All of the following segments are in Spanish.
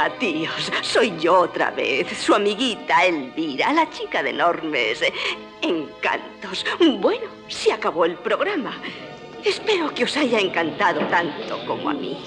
Hola, tíos. Soy yo otra vez, su amiguita Elvira, la chica de enormes encantos. Bueno, se acabó el programa. Espero que os haya encantado tanto como a mí.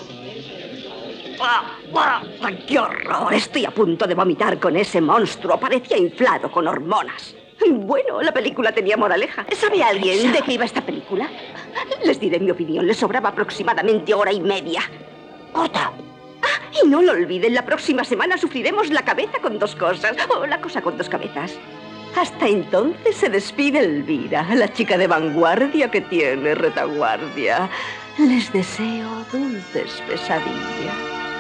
¡Qué horror! Estoy a punto de vomitar con ese monstruo. Parecía inflado con hormonas. Bueno, la película tenía moraleja. ¿Sabe alguien de qué iba esta película? Les diré mi opinión. Les sobraba aproximadamente hora y media. ¡Corta! Y no lo olviden, la próxima semana sufriremos la cabeza con dos cosas. O la cosa con dos cabezas. Hasta entonces se despide Elvira, la chica de vanguardia que tiene retaguardia. Les deseo dulces pesadillas.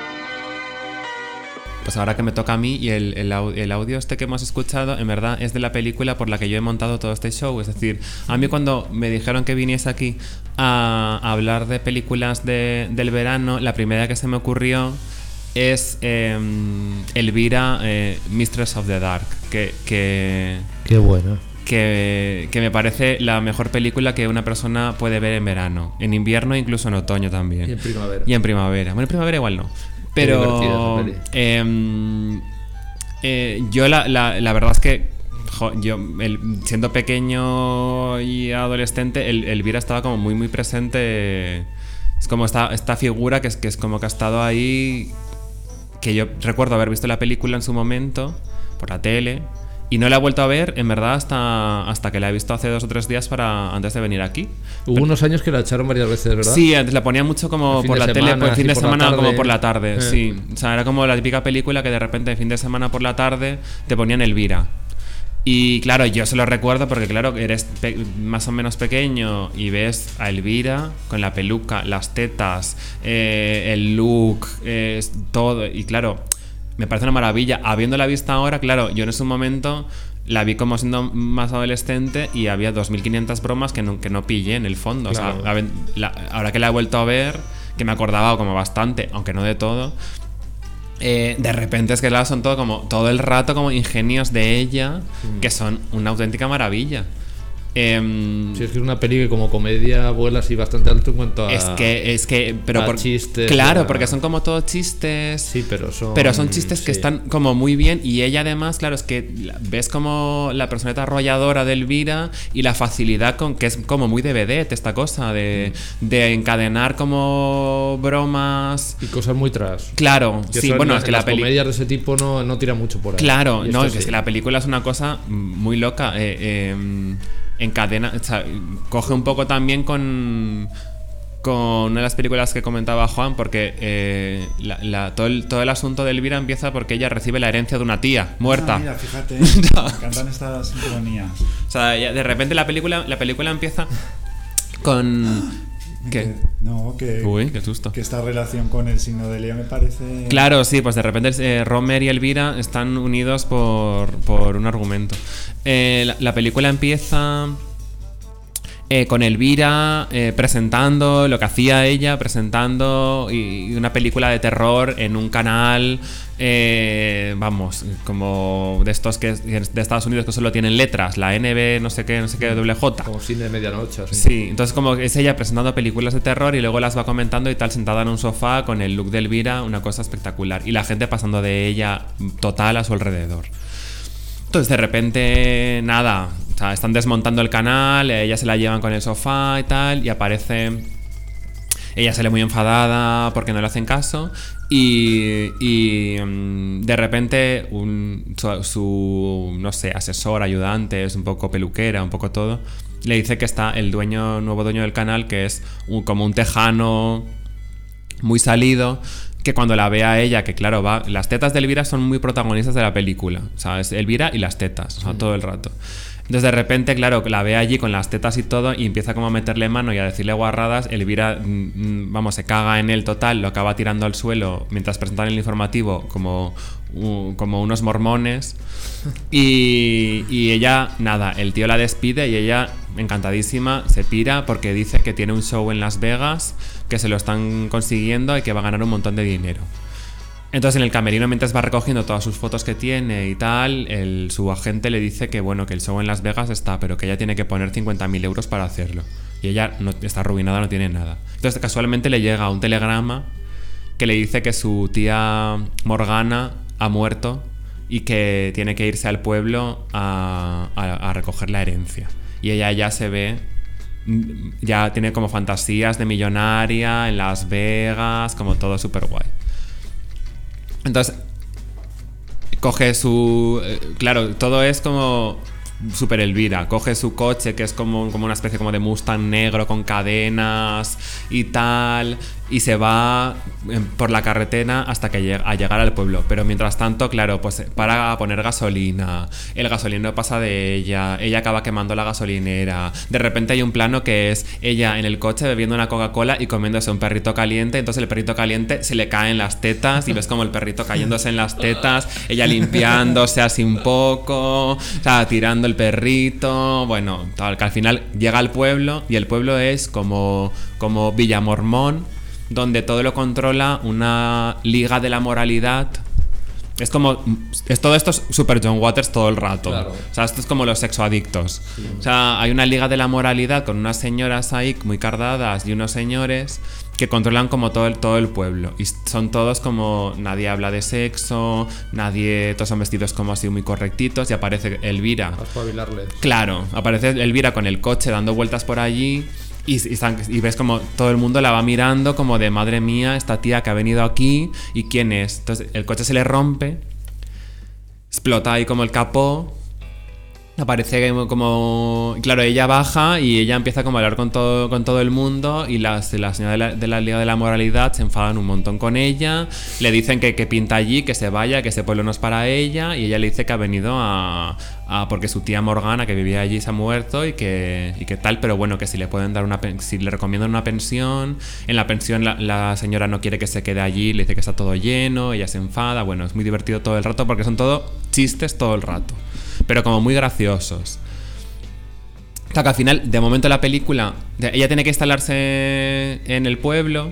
Pues ahora que me toca a mí, y el audio este que hemos escuchado, en verdad es de la película por la que yo he montado todo este show. Es decir, a mí cuando me dijeron que viniese aquí a hablar de películas del verano, la primera que se me ocurrió es Elvira, Mistress of the Dark, que qué bueno. Que me parece la mejor película que una persona puede ver en verano, en invierno e incluso en otoño también. Y en primavera. Bueno, en primavera igual no. Pero yo la verdad es que yo siendo pequeño y adolescente, Elvira estaba como muy muy presente. Es como esta figura que es como que ha estado ahí, que yo recuerdo haber visto la película en su momento por la tele. Y no la he vuelto a ver, en verdad, hasta que la he visto hace 2 o 3 días antes de venir aquí. Hubo unos años que la echaron varias veces, ¿verdad? Sí, antes la ponía mucho como por la tele, por el fin de semana como por la tarde. Sí, o sea, era como la típica película que de repente de fin de semana por la tarde te ponían Elvira. Y claro, yo se lo recuerdo porque claro, eres más o menos pequeño y ves a Elvira con la peluca, las tetas, el look, todo. Y claro, me parece una maravilla. Habiéndola vista ahora, claro, yo en ese momento la vi como siendo más adolescente y había 2500 bromas que no pillé en el fondo. Claro. O sea, ahora que la he vuelto a ver, que me acordaba como bastante, aunque no de todo, de repente es que claro, son todo el rato como ingenios de ella, que son una auténtica maravilla. Sí, es que es una peli que como comedia vuela así bastante alto en cuanto a pero chistes. Claro, porque son como todos chistes. Sí, pero son chistes que están como muy bien. Y ella además, claro, es que ves como la personeta arrolladora de Elvira y la facilidad con que es como muy de vedette esta cosa de encadenar como bromas y cosas muy tras. Claro, sí, bueno, es que las comedias de ese tipo no tira mucho por ahí. Claro, no, es que la película es una cosa muy loca. Encadena, o sea, coge un poco también con una de las películas que comentaba Juan, porque todo el asunto de Elvira empieza porque ella recibe la herencia de una tía muerta. Mira, fíjate, me encantan estas sincronías. O sea, de repente la película empieza con... ¿Qué? Uy, qué susto. Que esta relación con el signo de Leo me parece... Claro, sí, pues de repente Romer y Elvira están unidos por un argumento. La película empieza con Elvira presentando lo que hacía ella, presentando y una película de terror en un canal, vamos, como de estos que de Estados Unidos que solo tienen letras, la NB no sé qué WJ. Como cine de medianoche. Así. Sí, entonces como es ella presentando películas de terror y luego las va comentando y tal, sentada en un sofá con el look de Elvira, una cosa espectacular. Y la gente pasando de ella total a su alrededor. Entonces de repente, nada, o sea, están desmontando el canal, ella se la llevan con el sofá y tal, y aparece... Ella sale muy enfadada porque no le hacen caso y de repente su no sé, asesor, ayudante, es un poco peluquera, un poco todo, le dice que está el nuevo dueño del canal, que es como un tejano muy salido, que cuando la ve a ella, que claro, las tetas de Elvira son muy protagonistas de la película, o sea, es Elvira y las tetas, o sea, todo el rato. Entonces de repente, claro, la ve allí con las tetas y todo y empieza como a meterle mano y a decirle guarradas. Elvira, vamos, se caga en él total, lo acaba tirando al suelo mientras presentan el informativo como unos mormones. Y ella, nada, el tío la despide y ella, encantadísima, se pira porque dice que tiene un show en Las Vegas, que se lo están consiguiendo y que va a ganar un montón de dinero. Entonces en el camerino, mientras va recogiendo todas sus fotos que tiene y tal, su agente le dice que bueno, que el show en Las Vegas está, pero que ella tiene que poner 50.000 euros para hacerlo. Y ella no, está arruinada, no tiene nada. Entonces casualmente le llega un telegrama que le dice que su tía Morgana ha muerto y que tiene que irse al pueblo a recoger la herencia. Y ella ya se ve, ya tiene como fantasías de millonaria en Las Vegas, como todo súper guay. Entonces, coge su... claro, todo es como súper Elvira. Coge su coche, que es como una especie como de Mustang negro con cadenas y tal, y se va por la carretera hasta que a llegar al pueblo. Pero mientras tanto, claro, pues para a poner gasolina, el gasolinero pasa de ella acaba quemando la gasolinera. De repente hay un plano que es ella en el coche bebiendo una Coca-Cola y comiéndose un perrito caliente. Entonces el perrito caliente se le cae en las tetas y ves como el perrito cayéndose en las tetas, ella limpiándose así un poco, o sea, tirando el perrito. Bueno, tal, que al final llega al pueblo, y el pueblo es como Villamormón, donde todo lo controla una liga de la moralidad. Es como... todo esto es super John Waters todo el rato. Claro. O sea, esto es como los sexoadictos. Sí. O sea, hay una liga de la moralidad con unas señoras ahí muy cardadas y unos señores que controlan como todo el pueblo. Y son todos como... nadie habla de sexo, todos son vestidos como así muy correctitos, y aparece Elvira. A espabilarles. Claro, aparece Elvira con el coche dando vueltas por allí. Y ves como todo el mundo la va mirando como de madre mía, esta tía que ha venido aquí, ¿y quién es? Entonces el coche se le rompe, explota ahí como el capó, aparece como... Claro, ella baja y ella empieza como a hablar con todo el mundo, y la señora de la Liga de la Moralidad se enfadan un montón con ella, le dicen que pinta allí, que se vaya, que ese pueblo no es para ella, y ella le dice que ha venido porque su tía Morgana, que vivía allí, se ha muerto y que tal, pero bueno, que si le pueden dar si le recomiendan una pensión. En la pensión la señora no quiere que se quede allí, le dice que está todo lleno, ella se enfada. Bueno, es muy divertido todo el rato porque son todo chistes todo el rato, pero como muy graciosos. O sea, que al final, de momento la película, ella tiene que instalarse en el pueblo,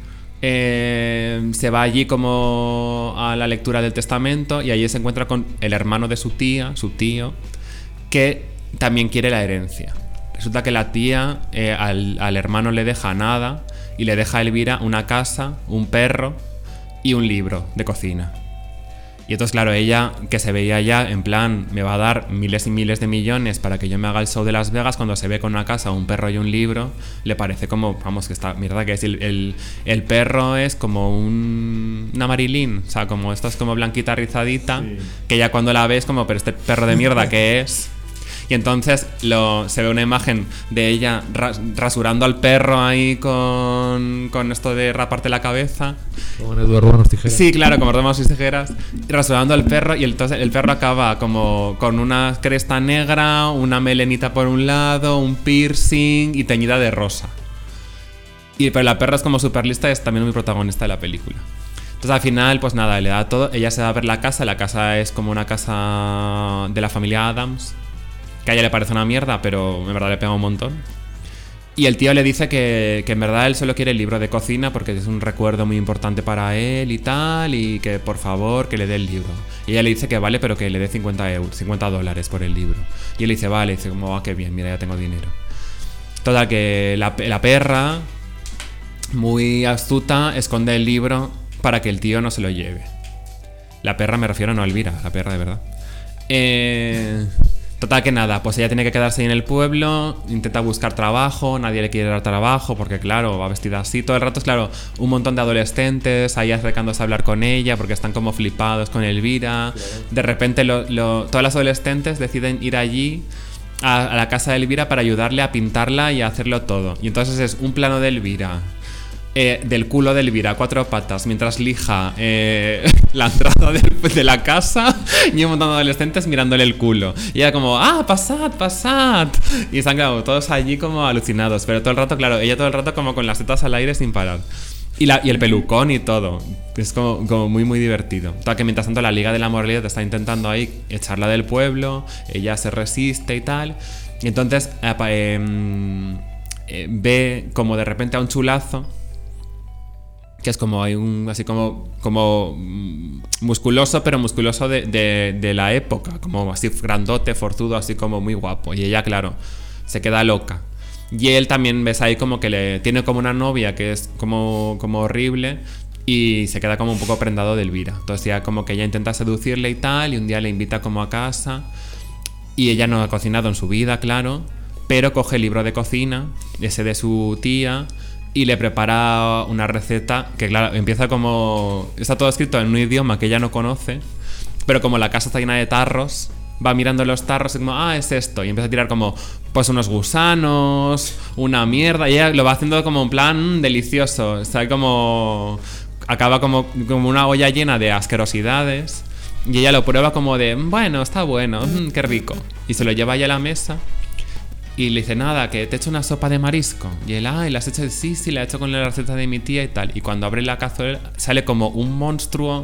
se va allí como a la lectura del testamento, y allí se encuentra con el hermano de su tío, que también quiere la herencia. Resulta que la tía al hermano le deja nada, y le deja a Elvira una casa, un perro y un libro de cocina. Y entonces, claro, ella, que se veía ya en plan, me va a dar miles y miles de millones para que yo me haga el show de Las Vegas, cuando se ve con una casa, un perro y un libro, le parece como, vamos, que esta mierda que es. El perro es como una Marilyn, o sea, como esta es como blanquita rizadita, sí, que ya cuando la ves como, pero este perro de mierda, ¿qué es? Y entonces se ve una imagen de ella rasurando al perro ahí con esto de raparte la cabeza. Como en Eduardo Manos Tijeras. Sí, claro, como Eduardo Manos Tijeras. Rasurando al perro, y entonces el perro acaba como con una cresta negra, una melenita por un lado, un piercing y teñida de rosa. Pero la perra es como súper lista y es también muy protagonista de la película. Entonces al final, pues nada, le da todo. Ella se va a ver la casa es como una casa de la familia Adams, que a ella le parece una mierda, pero en verdad le pega un montón. Y el tío le dice que en verdad él solo quiere el libro de cocina porque es un recuerdo muy importante para él y tal, y que por favor que le dé el libro. Y ella le dice que vale, pero que le dé $50 por el libro. Y él le dice, vale, y dice como, qué bien, mira, ya tengo dinero. Total, que la perra, muy astuta, esconde el libro para que el tío no se lo lleve. La perra, me refiero no a Elvira, la perra de verdad. Total, que nada, pues ella tiene que quedarse ahí en el pueblo, intenta buscar trabajo, nadie le quiere dar trabajo porque claro, va vestida así todo el rato. Es claro, un montón de adolescentes ahí acercándose a hablar con ella porque están como flipados con Elvira. Claro. De repente todas las adolescentes deciden ir allí a la casa de Elvira para ayudarle a pintarla y a hacerlo todo. Y entonces es un plano de Elvira, del culo de Elvira, 4 patas, mientras lija la entrada de la casa, y un montón de adolescentes mirándole el culo. Y ella como, pasad. Y están, claro, todos allí como alucinados. Pero todo el rato, claro, ella todo el rato como con las tetas al aire sin parar. Y el pelucón y todo. Es como muy, muy divertido. Todo que mientras tanto la Liga de la Moralidad está intentando ahí echarla del pueblo. Ella se resiste y tal. Y entonces ve como de repente a un chulazo, que es como hay un así como musculoso, pero musculoso de la época, como así grandote, forzudo, así como muy guapo. Y ella, claro, se queda loca. Y él también ves ahí como que tiene como una novia que es como horrible, y se queda como un poco prendado de Elvira. Entonces ya como que ella intenta seducirle y tal, y un día le invita como a casa, y ella no ha cocinado en su vida, claro, pero coge el libro de cocina, ese de su tía, y le prepara una receta que, claro, empieza como... Está todo escrito en un idioma que ella no conoce, pero como la casa está llena de tarros, va mirando los tarros y como, es esto, y empieza a tirar como, pues unos gusanos, una mierda, y ella lo va haciendo como en plan delicioso, está como... Acaba como una olla llena de asquerosidades, y ella lo prueba como de, bueno, está bueno, qué rico, y se lo lleva ella a la mesa. Y le dice, nada, que te he hecho una sopa de marisco. Y él, ¿y la has hecho? Sí, la he hecho con la receta de mi tía y tal. Y cuando abre la cazuela sale como un monstruo,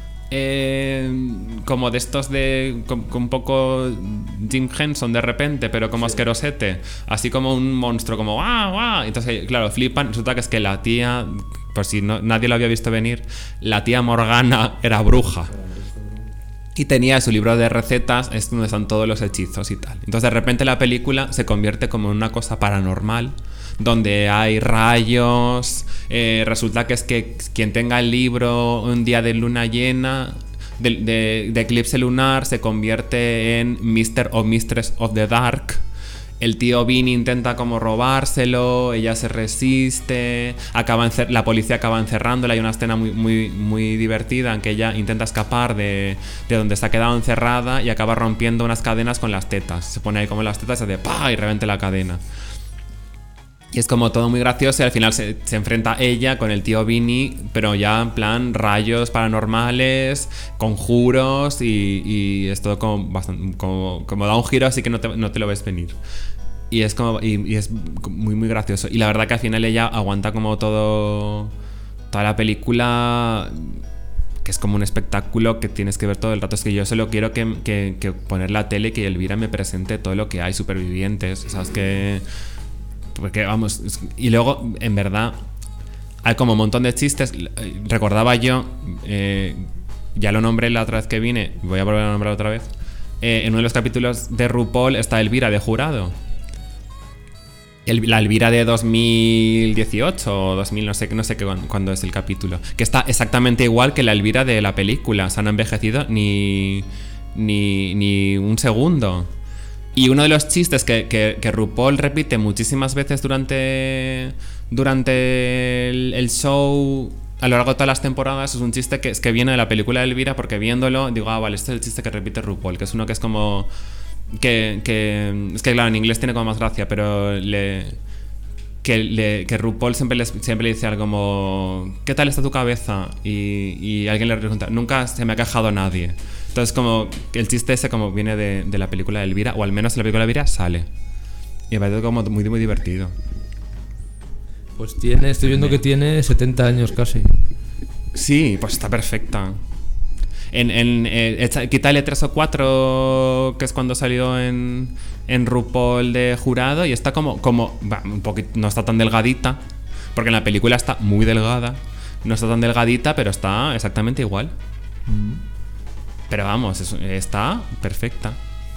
como de estos de... Con un poco Jim Henson de repente, pero como asquerosete. Así como un monstruo, como ¡guau! Entonces, claro, flipan. Resulta que es que la tía, por si nadie lo había visto venir, la tía Morgana era bruja. Y tenía su libro de recetas, es donde están todos los hechizos y tal. Entonces de repente la película se convierte como en una cosa paranormal, donde hay rayos, resulta que es que quien tenga el libro un día de luna llena, de eclipse lunar, se convierte en Mr. o Mistress of the Dark. El tío Vinny intenta como robárselo, ella se resiste, la policía acaba encerrándola. Hay una escena muy divertida en que ella intenta escapar de donde se ha quedado encerrada y acaba rompiendo unas cadenas con las tetas. Se pone ahí como las tetas y hace ¡pah! Y revente la cadena. Y es como todo muy gracioso y al final se enfrenta ella con el tío Vinny, pero ya en plan rayos paranormales, conjuros y es todo como bastante, como da un giro así que no te lo ves venir. Y es como y es muy gracioso. Y la verdad que al final ella aguanta como toda la película, que es como un espectáculo que tienes que ver todo el rato. Es que yo solo quiero que poner la tele y que Elvira me presente todo lo que hay, supervivientes, ¿sabes? Porque vamos, y luego en verdad hay como un montón de chistes. Recordaba yo, ya lo nombré la otra vez que vine, voy a volver a nombrar otra vez, en uno de los capítulos de RuPaul está Elvira de jurado, la Elvira de 2018 o 2000, no sé cuándo es el capítulo, que está exactamente igual que la Elvira de la película. O sea, no ha envejecido ni un segundo. Y uno de los chistes que RuPaul repite muchísimas veces durante el show a lo largo de todas las temporadas es un chiste que viene de la película de Elvira, porque viéndolo digo, vale, este es el chiste que repite RuPaul, que es uno que es como... es que claro, en inglés tiene como más gracia, pero que RuPaul siempre le dice algo como, ¿qué tal está tu cabeza? Y alguien le pregunta, nunca se me ha quejado nadie. Entonces como el chiste ese como viene de la película de Elvira, o al menos en la película de Elvira sale. Y me parece como muy divertido. Pues estoy viendo que tiene 70 años casi. Sí, pues está perfecta. Quítale 3 o 4, que es cuando salió en RuPaul de jurado, y está como un poquito, no está tan delgadita, porque en la película está muy delgada. No está tan delgadita, pero está exactamente igual. Pero vamos, está perfecta.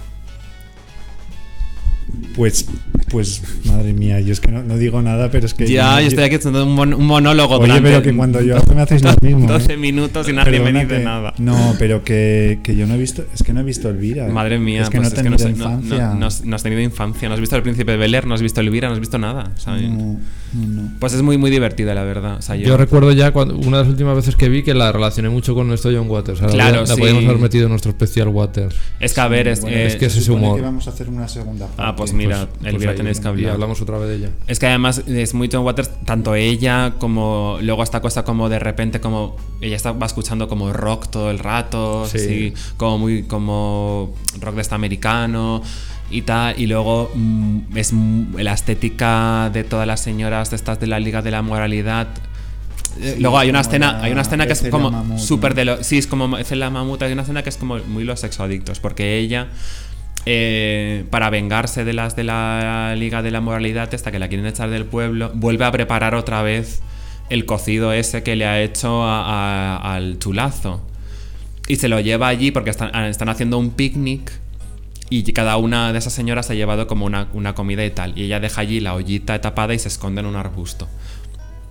Pues, madre mía, yo es que no digo nada, pero es que... yo estoy aquí haciendo un monólogo. Oye, pero que cuando yo me hacéis lo mismo. 12 minutos y nadie me dice nada. No, pero que yo no he visto... Es que no he visto Elvira. Madre mía, es que pues no he tenido infancia. No has tenido infancia, no has visto El Príncipe de Bel-Air, no has visto Elvira, no has visto nada. ¿Sabes? No. Pues es muy divertida, la verdad. O sea, yo recuerdo ya una de las últimas veces que vi que la relacioné mucho con nuestro John Waters. O sea, claro, la podíamos haber metido en nuestro especial Waters. Es que a ver, es que es ese humor. Que vamos a hacer una segunda parte. Pues mira, Elvira tenéis que hablar. Y hablamos otra vez de ella. Es que además es muy John Waters, tanto ella como luego esta cosa como de repente como ella va escuchando como rock todo el rato, sí. Así, como muy como rock de este americano y tal, y luego es la estética de todas las señoras de estas de la Liga de la Moralidad. Luego hay una escena que es como súper de lo... Sí, es como la mamuta. Hay una escena que es como muy los sexoadictos, porque ella... para vengarse de las de la Liga de la Moralidad, hasta que la quieren echar del pueblo, vuelve a preparar otra vez el cocido ese que le ha hecho al chulazo, y se lo lleva allí porque están haciendo un picnic, y cada una de esas señoras ha llevado como una comida y tal, y ella deja allí la ollita tapada y se esconde en un arbusto.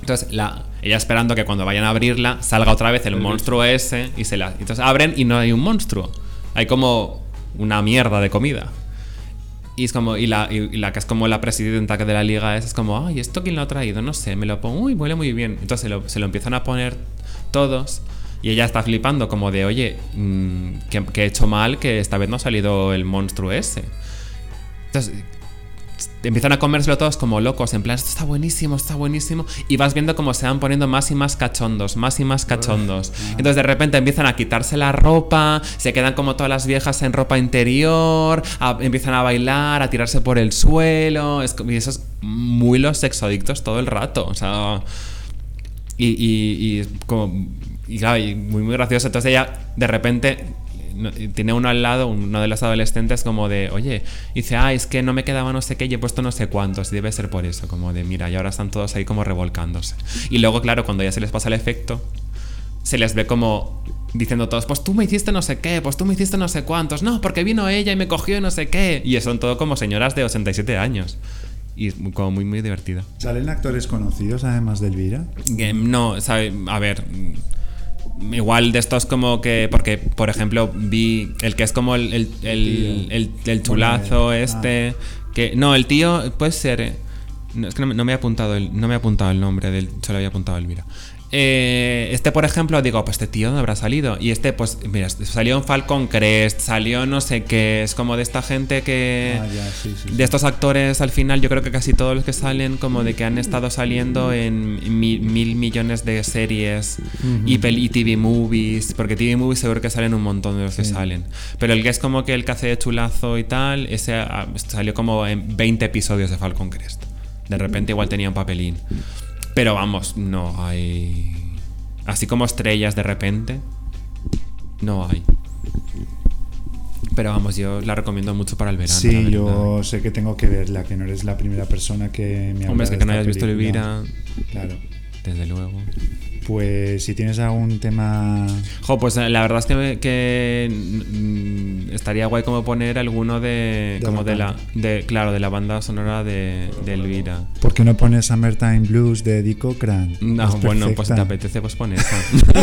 Entonces ella esperando que cuando vayan a abrirla salga otra vez el monstruo ese y entonces abren y no hay un monstruo. Hay como una mierda de comida. Y es como, y la que es como la presidenta de la liga es como, ay, ¿esto quién lo ha traído? No sé, me lo pongo, uy, huele muy bien. Entonces se lo empiezan a poner todos y ella está flipando como de, oye, que he hecho mal, que esta vez no ha salido el monstruo ese. Entonces empiezan a comérselo todos como locos, en plan, esto está buenísimo, y vas viendo cómo se van poniendo más y más cachondos. Entonces de repente empiezan a quitarse la ropa, se quedan como todas las viejas en ropa interior, empiezan a bailar, a tirarse por el suelo, y eso es muy los sexoadictos todo el rato, o sea, y claro, y muy gracioso. Entonces ella de repente tiene uno al lado, uno de los adolescentes, como de, oye, dice, es que no me quedaba no sé qué y he puesto no sé cuántos, y debe ser por eso, como de, mira, y ahora están todos ahí como revolcándose. Y luego, claro, cuando ya se les pasa el efecto, se les ve como diciendo todos, pues tú me hiciste no sé qué, pues tú me hiciste no sé cuántos, no, porque vino ella y me cogió y no sé qué, y son todo como señoras de 87 años. Y es como muy divertida. ¿Salen actores conocidos además de Elvira? No, ¿sabe? A ver, igual de estos como que, porque por ejemplo vi el que es como el chulazo que no, el tío puede ser, no, es que no me he apuntado el nombre del, solo había apuntado Elvira. Por ejemplo, digo, pues este tío no habrá salido. Y pues mira, salió en Falcon Crest, salió no sé qué, es como de esta gente que sí. De estos actores al final, yo creo que casi todos los que salen como de que han estado saliendo en mil millones de series y TV movies, porque TV movies seguro que salen un montón de los que salen. Pero el que es como que el que hace de chulazo y tal, ese salió como en 20 episodios de Falcon Crest. De repente igual tenía un papelín. Pero vamos, no hay... Así como estrellas de repente, no hay. Pero vamos, yo la recomiendo mucho para el verano. Sí, yo sé que tengo que verla, que no eres la primera persona que me habla. Hombre, es que no hayas visto Elvira. Elvira. Claro. Desde luego. Pues si tienes algún tema... Pues la verdad es que estaría guay como poner alguno de la banda sonora de Elvira. ¿Por qué no pones Summertime Blues de Eddie Cochran? No, bueno, pues si te apetece, pues pon esa.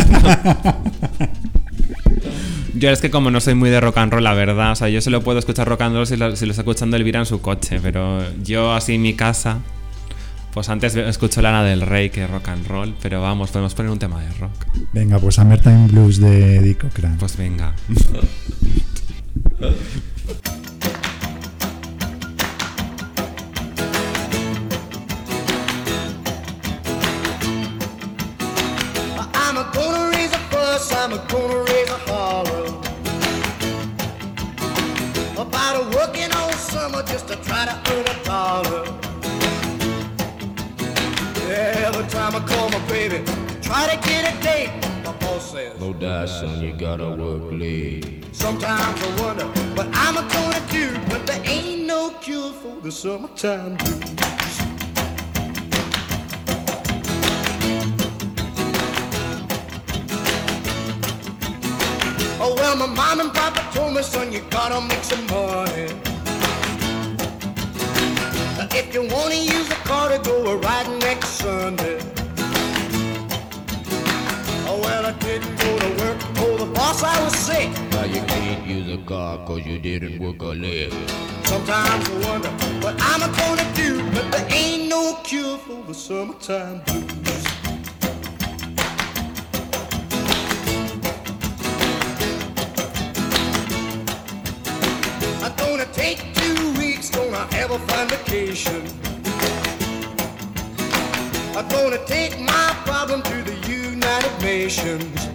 Yo es que como no soy muy de rock and roll, la verdad, o sea, yo solo puedo escuchar rock and roll si lo está escuchando Elvira en su coche, pero yo así en mi casa... Pues antes escucho Lana del Rey, que rock and roll, pero vamos, podemos poner un tema de rock. Venga, pues Summertime Blues de Eddie Cochran. Pues venga. I'm gonna raise a fuss, I'm gonna raise a holler about a working all summer just to try to earn a dollar. Every time I call my baby, try to get a date, my boss says, no die, son, you gotta work late. Sometimes I wonder what I'm gonna do, but there ain't no cure for the summertime blues. Oh, well, my mom and papa told me, son, you gotta make some money. If you wanna use a car to go a riding next Sunday. Oh, well, I didn't go to work. Oh, the boss, I was sick. Now you can't use a car cause you didn't work a leg. Sometimes I wonder what I'm gonna do, but there ain't no cure for the summertime blues. I'm gonna take 2 weeks, gonna have a fun vacation. I'm gonna take my problem to the United Nations.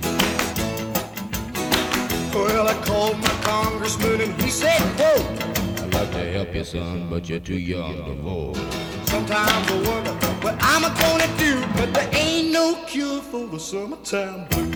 Well, I called my congressman and he said, quote, I'd like to help you, son, but you're too young to vote. Sometimes I wonder what I'm gonna do, but there ain't no cure for the summertime blues.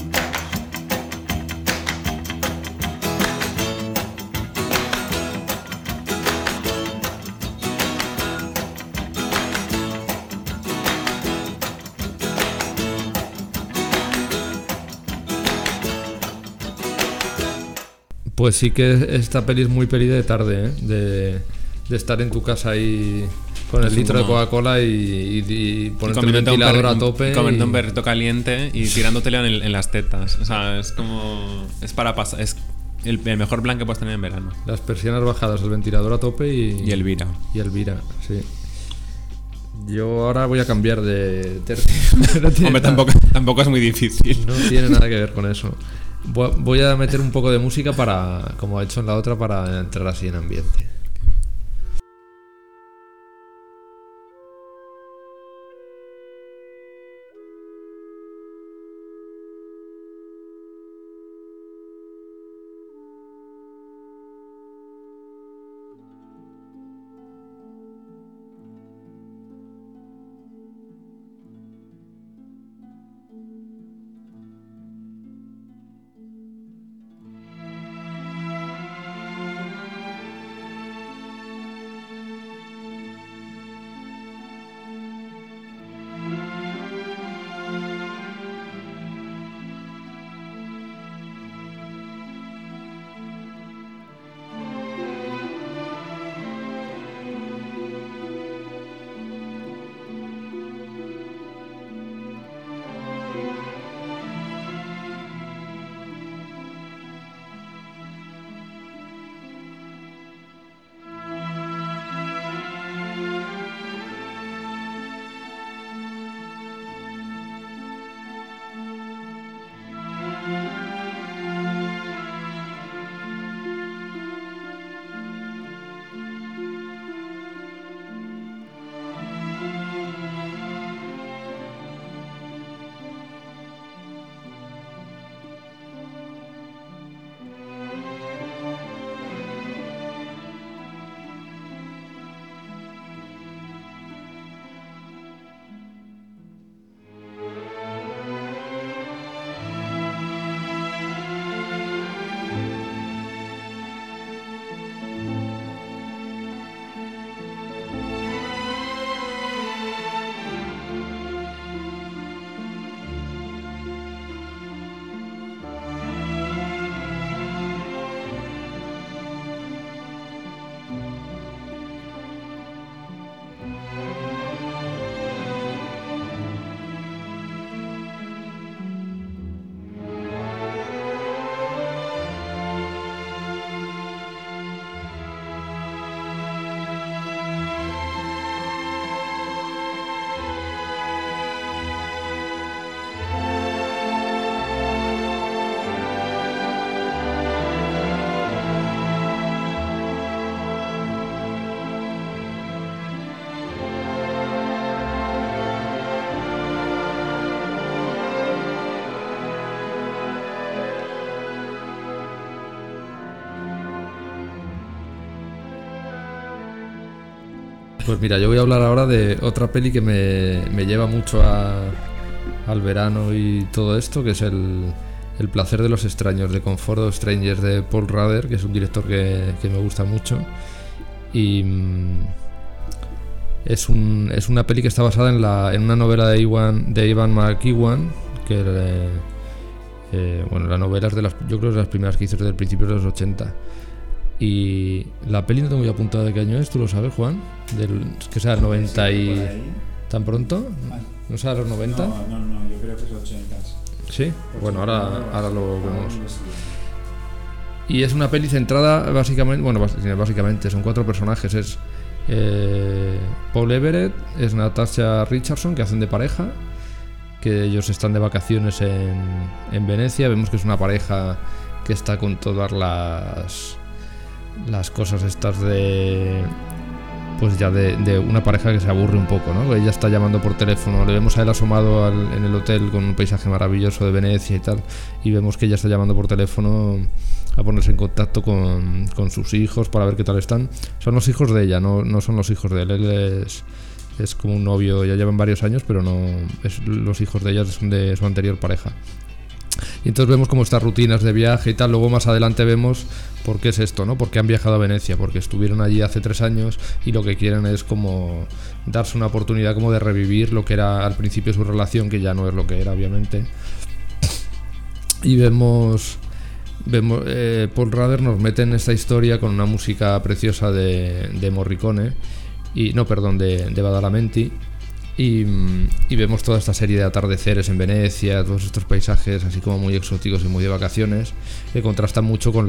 Pues sí que esta peli es muy peli de tarde, ¿eh? De estar en tu casa ahí Con el Son litro de como- Coca-Cola y ponerte el comiéndote un ventilador perri- a tope. comiendo un perrito caliente y tirándotelo en las tetas. O sea, es como... Es para pasar... Es el mejor plan que puedes tener en verano. Las persianas bajadas, el ventilador a tope Y Elvira. Y Elvira, sí. Yo ahora voy a cambiar de tercio. No tiene Hombre, nada- tampoco es muy difícil. No tiene nada que ver con eso. Voy a meter un poco de música para, como he hecho en la otra, para entrar así en ambiente. Pues mira, yo voy a hablar ahora de otra peli que me lleva mucho al verano y todo esto, que es El placer de los extraños, de Comfort of Strangers, de Paul Rader, que es un director que me gusta mucho. Y es una peli que está basada en una novela de Ivan McEwan, que bueno, la novela es yo creo que es de las primeras que hizo desde el principio de los 80. Y la peli no tengo ya apuntada de qué año es, ¿tú lo sabes, Juan? Que sea el 90 y... ¿Tan pronto? ¿No sea los 90? No, yo creo que es 80. ¿Sí? Bueno, ahora lo vemos. Y es una peli centrada básicamente... Bueno, básicamente son 4 personajes. Es Paul Everett, es Natasha Richardson, que hacen de pareja, que ellos están de vacaciones en Venecia. Vemos que es una pareja que está con todas las cosas estas pues ya de una pareja que se aburre un poco, ¿no? Ella está llamando por teléfono, le vemos a él asomado en el hotel con un paisaje maravilloso de Venecia y tal, y vemos que ella está llamando por teléfono a ponerse en contacto con sus hijos para ver qué tal están. Son los hijos de ella, no son los hijos de él. Él es como un novio, ya llevan varios años, pero no los hijos de ella son de su anterior pareja. Y entonces vemos como estas rutinas de viaje y tal. Luego más adelante vemos por qué es esto, ¿no? Porque han viajado a Venecia, porque estuvieron allí hace 3 años y lo que quieren es como darse una oportunidad como de revivir lo que era al principio su relación, que ya no es lo que era, obviamente. Y vemos Paul Rader nos mete en esta historia con una música preciosa de Morricone, de Badalamenti. Y vemos toda esta serie de atardeceres en Venecia, todos estos paisajes así como muy exóticos y muy de vacaciones, que contrastan mucho con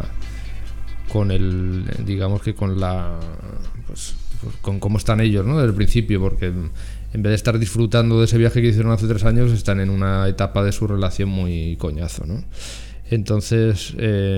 cómo están ellos, ¿no? Desde el principio, porque en vez de estar disfrutando de ese viaje que hicieron hace 3 años, están en una etapa de su relación muy coñazo, ¿no? Entonces,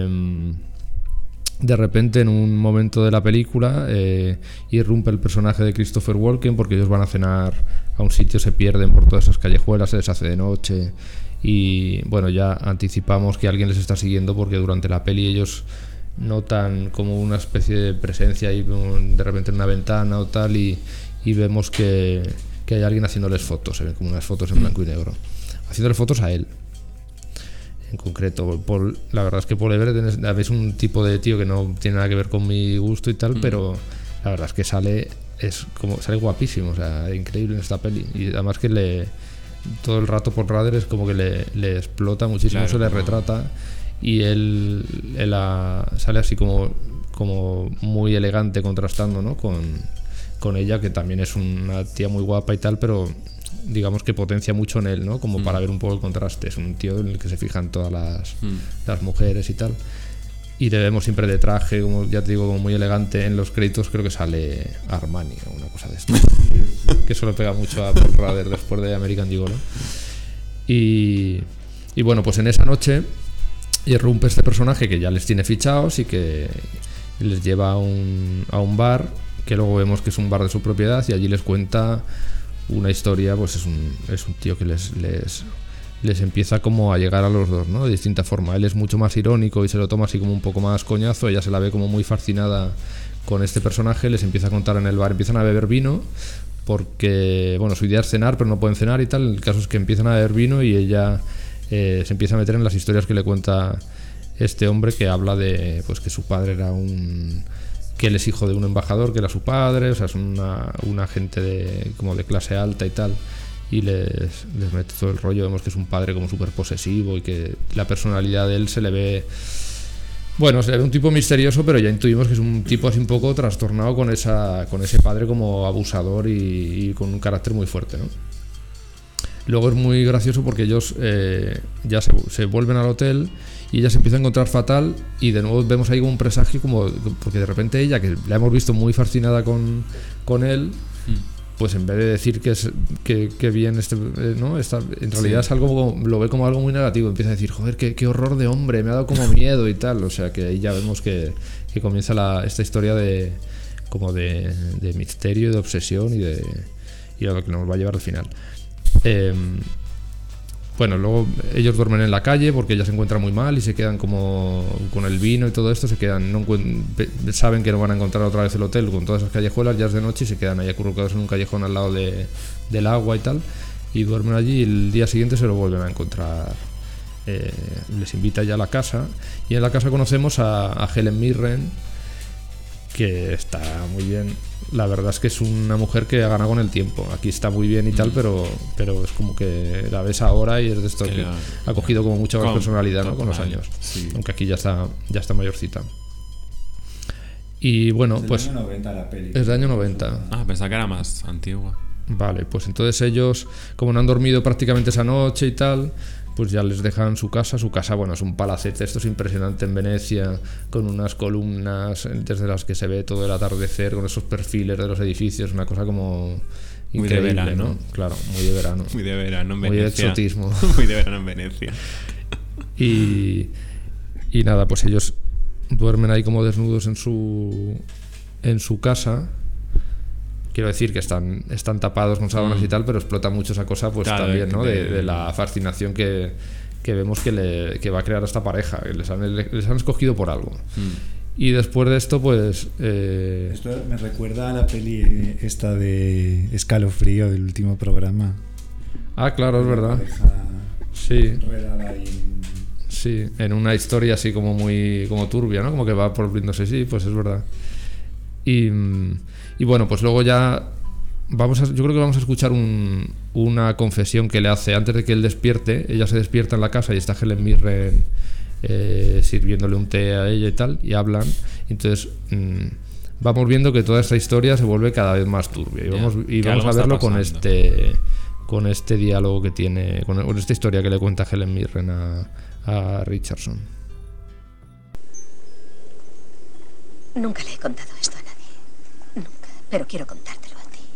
de repente, en un momento de la película, irrumpe el personaje de Christopher Walken, porque ellos van a cenar a un sitio, se pierden por todas esas callejuelas, se les hace de noche, y bueno, ya anticipamos que alguien les está siguiendo, porque durante la peli ellos notan como una especie de presencia ahí de repente en una ventana o tal, y vemos que hay alguien haciéndoles fotos, se ven como unas fotos en blanco y negro, haciéndole fotos a él. En concreto, la verdad es que Paul Everett es un tipo de tío que no tiene nada que ver con mi gusto y tal, pero la verdad es que sale guapísimo, o sea, increíble en esta peli. Y además que todo el rato Paul Rudd es como que le explota muchísimo, claro, se le retrata, y él sale así como muy elegante, contrastando, ¿no? con ella, que también es una tía muy guapa y tal, pero digamos que potencia mucho en él, ¿no? Como para ver un poco el contraste. Es un tío en el que se fijan todas las mujeres y tal. Y le vemos siempre de traje, como ya te digo, como muy elegante. En los créditos creo que sale Armani o una cosa de esto. Que eso le pega mucho a Paul Rudd después de American Gigolo. Y bueno, pues en esa noche irrumpe este personaje que ya les tiene fichados y que les lleva a un bar, que luego vemos que es un bar de su propiedad, y allí les cuenta una historia. Pues es un tío que les empieza como a llegar a los dos, ¿no? De distinta forma. Él es mucho más irónico y se lo toma así como un poco más coñazo, ella se la ve como muy fascinada con este personaje, les empieza a contar en el bar, empiezan a beber vino, porque, bueno, su idea es cenar, pero no pueden cenar y tal. El caso es que empiezan a beber vino y ella se empieza a meter en las historias que le cuenta este hombre, que habla de, pues, que su padre era que él es hijo de un embajador, que era su padre, o sea, es una gente como de clase alta y tal, y les mete todo el rollo. Vemos que es un padre como súper posesivo y que la personalidad de él se le ve un tipo misterioso, pero ya intuimos que es un tipo así un poco trastornado con ese padre como abusador y con un carácter muy fuerte, ¿no? Luego es muy gracioso porque ellos ya se vuelven al hotel y ella se empieza a encontrar fatal, y de nuevo vemos ahí como un presagio, porque de repente ella, que la hemos visto muy fascinada con él, pues en vez de decir que bien ¿no? En realidad es algo, lo ve como algo muy negativo, empieza a decir, joder, qué horror de hombre, me ha dado como miedo y tal. O sea que ahí ya vemos que comienza esta historia de misterio, de obsesión y lo que nos va a llevar al final. Bueno, luego ellos duermen en la calle porque ella se encuentra muy mal y se quedan como con el vino y todo esto, saben que no van a encontrar otra vez el hotel con todas esas callejuelas, ya es de noche, y se quedan ahí acurrucados en un callejón al lado del agua y tal, y duermen allí, y el día siguiente se lo vuelven a encontrar. Les invita ya a la casa, y en la casa conocemos a Helen Mirren, que está muy bien. La verdad es que es una mujer que ha ganado con el tiempo. Aquí está muy bien y tal, pero es como que la ves ahora y es de esto que ha cogido como mucha más personalidad, ¿no? Con los años. Sí. Aunque aquí ya está mayorcita. Y bueno, pues del año 90 la peli. Es de año 90. Ah, pensaba que era más antigua. Vale, pues entonces ellos, como no han dormido prácticamente esa noche y tal, pues ya les dejan su casa. Su casa, bueno, es un palacete, esto es impresionante, en Venecia, con unas columnas desde las que se ve todo el atardecer, con esos perfiles de los edificios, una cosa como increíble, muy de verano, ¿no? Claro, muy de verano. Muy de verano en Venecia. Muy de exotismo. Muy de verano en Venecia. Y nada, pues ellos duermen ahí como desnudos en su casa. Quiero decir que están tapados con sábanas y tal, pero explota mucho esa cosa, pues claro, también, ¿no? De la fascinación que vemos que va a crear esta pareja, que les han escogido por algo. Y después de esto, pues... Esto me recuerda a la peli esta de Escalofrío, del último programa. Ah, claro, es verdad. Sí. Sí, en una historia así como muy turbia, ¿no? Como que va volviéndose, sí, pues es verdad. Y bueno, pues luego ya yo creo que vamos a escuchar una confesión que le hace antes de que él despierte. Ella se despierta en la casa y está Helen Mirren sirviéndole un té a ella y tal, y hablan. Entonces vamos viendo que toda esta historia se vuelve cada vez más turbia. Y vamos a verlo con este diálogo que tiene, con esta historia que le cuenta Helen Mirren a Richardson. Nunca le he contado esto a nadie. Nunca. Pero quiero contártelo a ti.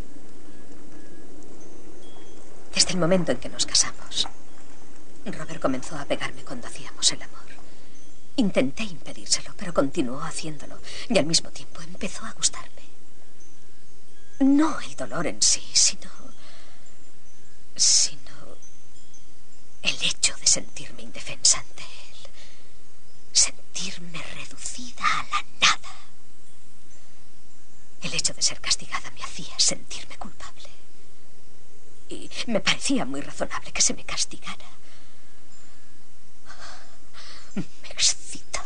Desde el momento en que nos casamos, Robert comenzó a pegarme cuando hacíamos el amor. Intenté impedírselo, pero continuó haciéndolo. Y al mismo tiempo empezó a gustarme. No el dolor en sí, sino el hecho de sentirme indefensa ante él. Sentirme reducida a la nada. El hecho de ser castigada me hacía sentirme culpable. Y me parecía muy razonable que se me castigara. Me excitaba.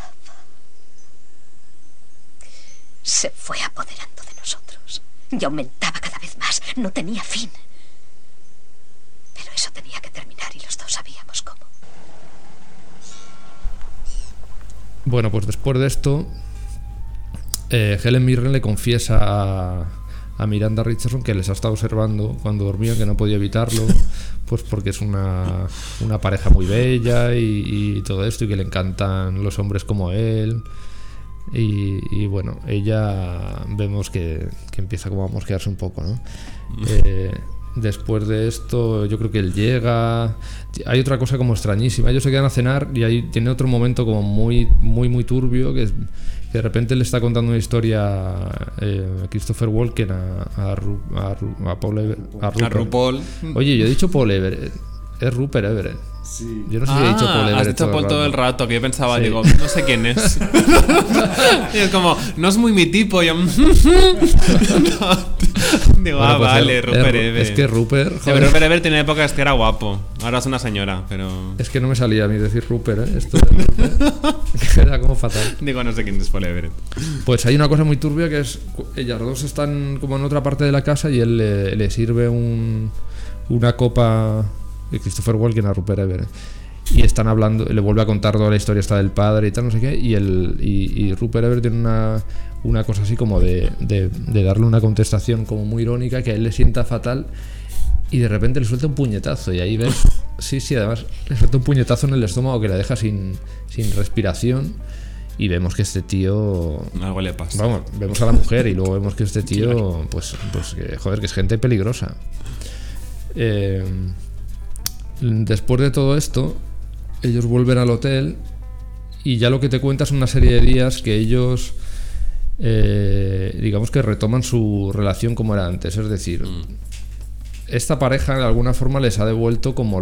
Se fue apoderando de nosotros y aumentaba cada vez más. No tenía fin. Pero eso tenía que terminar y los dos sabíamos cómo. Bueno, pues después de esto, Helen Mirren le confiesa a Miranda Richardson que les ha estado observando cuando dormían, que no podía evitarlo, pues porque es una pareja muy bella y todo esto, y que le encantan los hombres como él. Y bueno, ella vemos que empieza como a mosquearse un poco, ¿no? Después de esto, yo creo que él llega. Hay otra cosa como extrañísima. Ellos se quedan a cenar y ahí tiene otro momento como muy turbio, que de repente le está contando una historia Christopher Walken a RuPaul. Oye, yo he dicho Paul Everett. Es Rupert Everett. Sí. Yo no sé si he dicho Paul Everett. Has dicho Paul todo el rato, que yo pensaba, Sí. digo, no sé quién es. Y es como, no es muy mi tipo. Y yo, no. Digo, Bueno, pues vale, Rupert Everett. Es que Rupert, Sí, pero Rupert Everett tiene épocas que era guapo. Ahora es una señora, pero. es que no me salía a mí decir Rupert, esto de Rupert. Era como fatal. Digo, no sé quién es Paul Everett. Pues hay una cosa muy turbia que es, ellas dos están como en otra parte de la casa y él le sirve una copa de Christopher Walken a Rupert Everett. Y están hablando, le vuelve a contar toda la historia esta del padre y tal, no sé qué, y Rupert Everett tiene una cosa así como de darle una contestación como muy irónica, que a él le sienta fatal, y de repente le suelta un puñetazo, y ahí ves, sí, además le suelta un puñetazo en el estómago que la deja sin respiración, y vemos que este tío... Algo le pasa. Vamos, vemos a la mujer y luego vemos que este tío, pues que es gente peligrosa. Después de todo esto, ellos vuelven al hotel y ya lo que te cuenta es una serie de días que ellos, digamos que retoman su relación como era antes. Es decir, esta pareja de alguna forma les ha devuelto como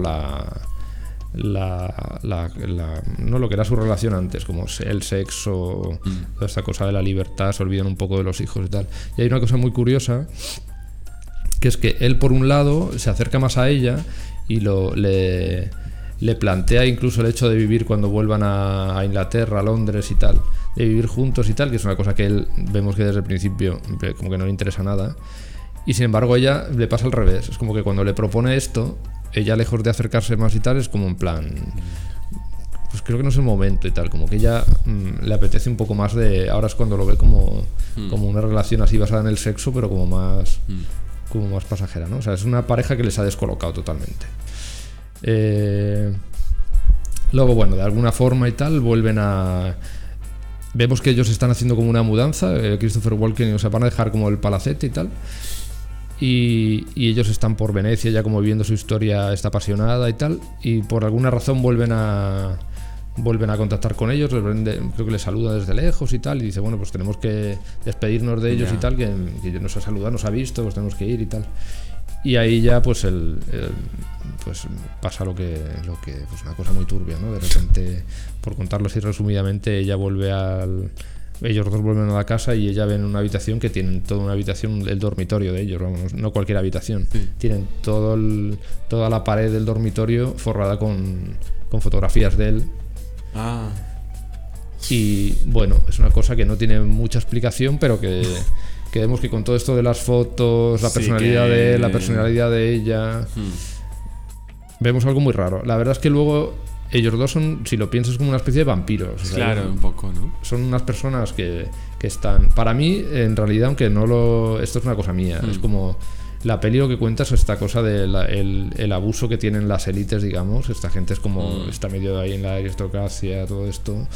no lo que era su relación antes, como el sexo, toda esta cosa de la libertad, se olvidan un poco de los hijos y tal. Y hay una cosa muy curiosa, que es que él por un lado se acerca más a ella y le plantea incluso el hecho de vivir cuando vuelvan a Inglaterra, a Londres y tal, de vivir juntos y tal, que es una cosa que él vemos que desde el principio como que no le interesa nada, y sin embargo a ella le pasa al revés. Es como que cuando le propone esto, ella, lejos de acercarse más y tal, es como en plan, pues creo que no es el momento y tal, como que ella le apetece un poco más de, ahora es cuando lo ve como una relación así basada en el sexo, pero como más pasajera, ¿no? O sea, es una pareja que les ha descolocado totalmente. Luego, bueno, de alguna forma y tal, vemos que ellos están haciendo como una mudanza, Christopher Walken, o sea, van a dejar como el palacete y tal, y ellos están por Venecia ya como viviendo su historia esta apasionada y tal, y por alguna razón vuelven a contactar con ellos, creo que les saluda desde lejos y tal, y dice, bueno, pues tenemos que despedirnos de ellos y tal, que nos ha saludado, nos ha visto, pues tenemos que ir y tal. Y ahí ya pues pues pasa lo que pues una cosa muy turbia, ¿no? De repente, por contarlo así resumidamente, ellos dos vuelven a la casa y ella ve en una habitación que tienen toda una habitación, el dormitorio de ellos, vamos, no cualquier habitación. Sí. Tienen toda la pared del dormitorio forrada con fotografías de él. Y bueno, es una cosa que no tiene mucha explicación, pero que vemos que con todo esto de las fotos, la personalidad de él, la personalidad de ella, vemos algo muy raro. La verdad es que luego ellos dos son, si lo piensas, como una especie de vampiros. O sea, Claro, un poco, ¿no? son unas personas que están... Para mí, en realidad, aunque no lo... Esto es una cosa mía, es como... La peli lo que cuenta es esta cosa del el abuso que tienen las élites, digamos. Esta gente es como... Está medio ahí en la aristocracia, todo esto.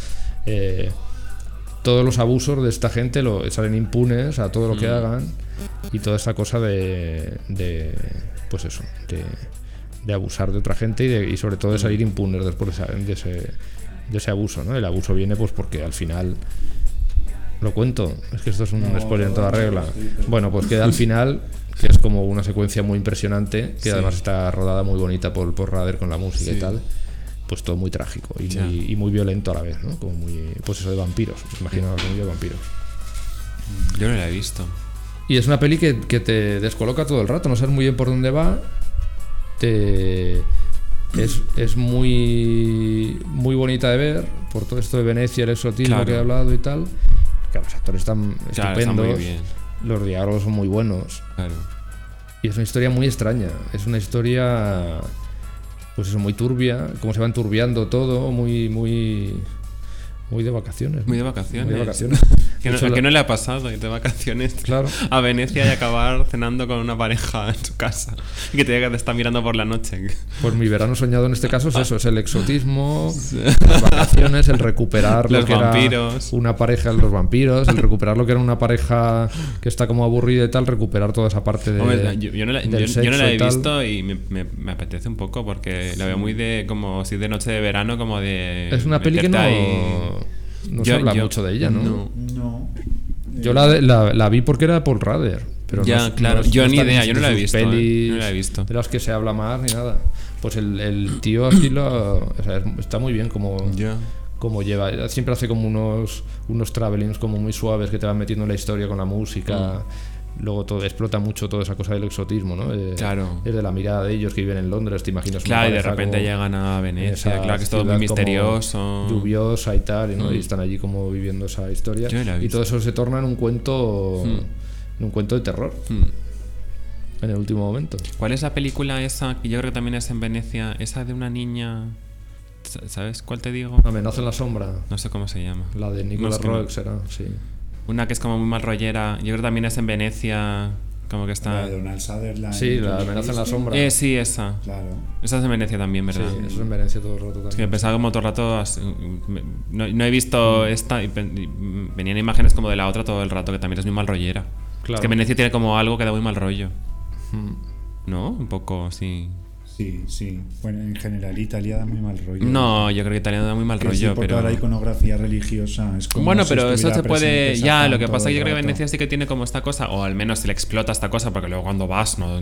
Todos los abusos de esta gente salen impunes a todo lo que hagan. Y toda esa cosa de pues eso, de abusar de otra gente y sobre todo de salir impunes después de ese abuso, ¿no? El abuso viene pues porque al final... Lo cuento, es que esto es un spoiler en toda regla. Bueno, pues queda al final, que es como una secuencia muy impresionante, que además está rodada muy bonita por Rader con la música y tal. Pues todo muy trágico y muy violento a la vez, ¿no? Como muy, pues eso de vampiros, imagino algo de vampiros. Yo no la he visto. Y es una peli que te descoloca todo el rato, no sabes muy bien por dónde va. Es muy bonita de ver, por todo esto de Venecia, el exotismo que he hablado y tal. Que los actores están estupendos, están muy bien. Los diálogos son muy buenos. Claro. Y es una historia muy extraña. Es una historia, pues eso, muy turbia, como se va enturbiando todo, muy de vacaciones. Muy de vacaciones. Muy de vacaciones. ¿A qué no le ha pasado ir de vacaciones a Venecia y acabar cenando con una pareja en su casa? Y que te está mirando por la noche. Pues mi verano soñado en este caso es eso, es el exotismo, las vacaciones, el recuperar los lo que vampiros. Era una pareja, los vampiros, el recuperar lo que era una pareja que está como aburrida y tal, recuperar toda esa parte de... Hombre, yo no la he visto y me apetece un poco porque la veo muy de como si de noche de verano, como de... Es una peli que no se habla mucho de ella, ¿no? No. Yo la vi porque era Paul Rader. Pero ya, claro. Yo ni idea, yo no la he visto. No la he visto. De las que se habla más ni nada. Pues el tío aquí o sea, está muy bien como lleva. Siempre hace como unos travelings como muy suaves que te van metiendo en la historia con la música. Luego explota mucho toda esa cosa del exotismo, ¿no? Claro. Desde la mirada de ellos que viven en Londres, te imaginas. Claro, y de repente llegan a Venecia, claro que es todo muy misterioso. Lluviosa y tal, ¿no? Y están allí como viviendo esa historia. Y todo eso se torna en un cuento, en un cuento de terror. En el último momento. ¿Cuál es la película esa, que yo creo que también es en Venecia, esa de una niña... ¿Sabes cuál te digo? Amenaza en la sombra. No sé cómo se llama. La de Nicolas Roeg será, sí. Una que es como muy mal rollera. Yo creo que también es en Venecia. Como que está... La de Donald Sutherland. Sí, la amenaza en la sombra. Sí, esa. Claro. Esa es en Venecia también, ¿verdad? Sí, eso es en Venecia todo el rato también. Es que pensaba como todo el rato... No he visto esta y venían imágenes como de la otra todo el rato, que también es muy mal rollera. Claro. Es que Venecia tiene como algo que da muy mal rollo. ¿No? Un poco así... Sí. Bueno, en general Italia da muy mal rollo. No, yo creo que Italia da muy mal rollo, por toda la iconografía religiosa es como bueno, si pero eso se puede... Ya, lo que pasa es que yo creo que rato. Venecia sí que tiene como esta cosa, o al menos se le explota esta cosa, porque luego cuando vas, no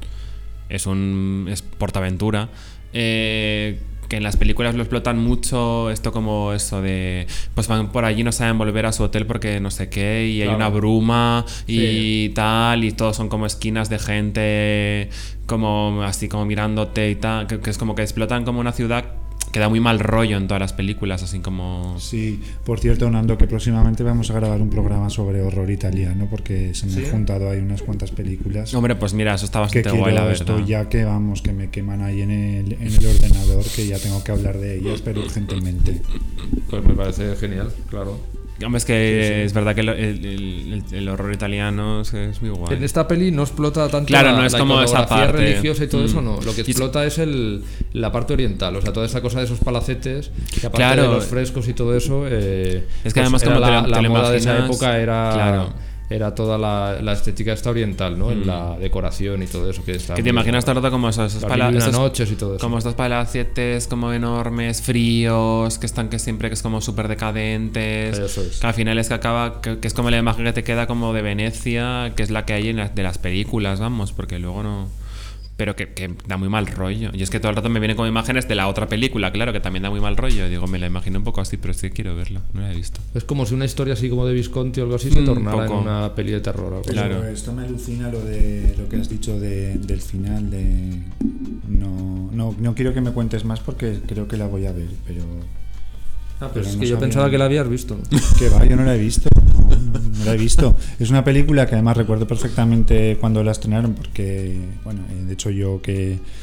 es portaventura. Que en las películas lo explotan mucho, esto como eso de... Pues van por allí, no saben volver a su hotel porque no sé qué, y hay una bruma y tal, y todos son como esquinas de gente como así como mirándote y tal, que es como que explotan como una ciudad que da muy mal rollo en todas las películas, así como... Sí, por cierto, Nando, que próximamente vamos a grabar un programa sobre horror italiano, porque se me han juntado ahí unas cuantas películas. Hombre, pues mira, eso está bastante guay, la verdad. Esto ya que vamos, que me queman ahí en el ordenador, que ya tengo que hablar de ellas, pero urgentemente. Pues me parece genial, claro. Hombre, es que es verdad que el horror italiano es muy guay. En esta peli no explota tanto no es como esa parte religiosa y todo eso, no. Lo que explota es la parte oriental, o sea, toda esa cosa de esos palacetes, que aparte de los frescos y todo eso, es que además como la te moda de esa época era... Claro. Era toda la estética esta oriental, ¿no? En la decoración y todo eso que está. Que te imaginas todo el rato como esos noches y todo eso. Como estos palacetes como enormes, fríos, que están siempre que es como súper decadentes. Eso es. Que al final es que acaba, que es como la imagen que te queda como de Venecia, que es la que hay de las películas, vamos, porque luego no... Pero que da muy mal rollo. Y es que todo el rato me vienen como imágenes de la otra película, claro, que también da muy mal rollo. Y digo, me la imagino un poco así, pero sí quiero verla. No la he visto. Es como si una historia así como de Visconti o algo así se tornara en una peli de terror. Claro. Esto me alucina lo que has dicho del final. No quiero que me cuentes más porque creo que la voy a ver, pero... pero es que yo pensaba que la habías visto. Que va, yo no la he visto. No la he visto. Es una película que además recuerdo perfectamente cuando la estrenaron, porque, bueno, de hecho yo que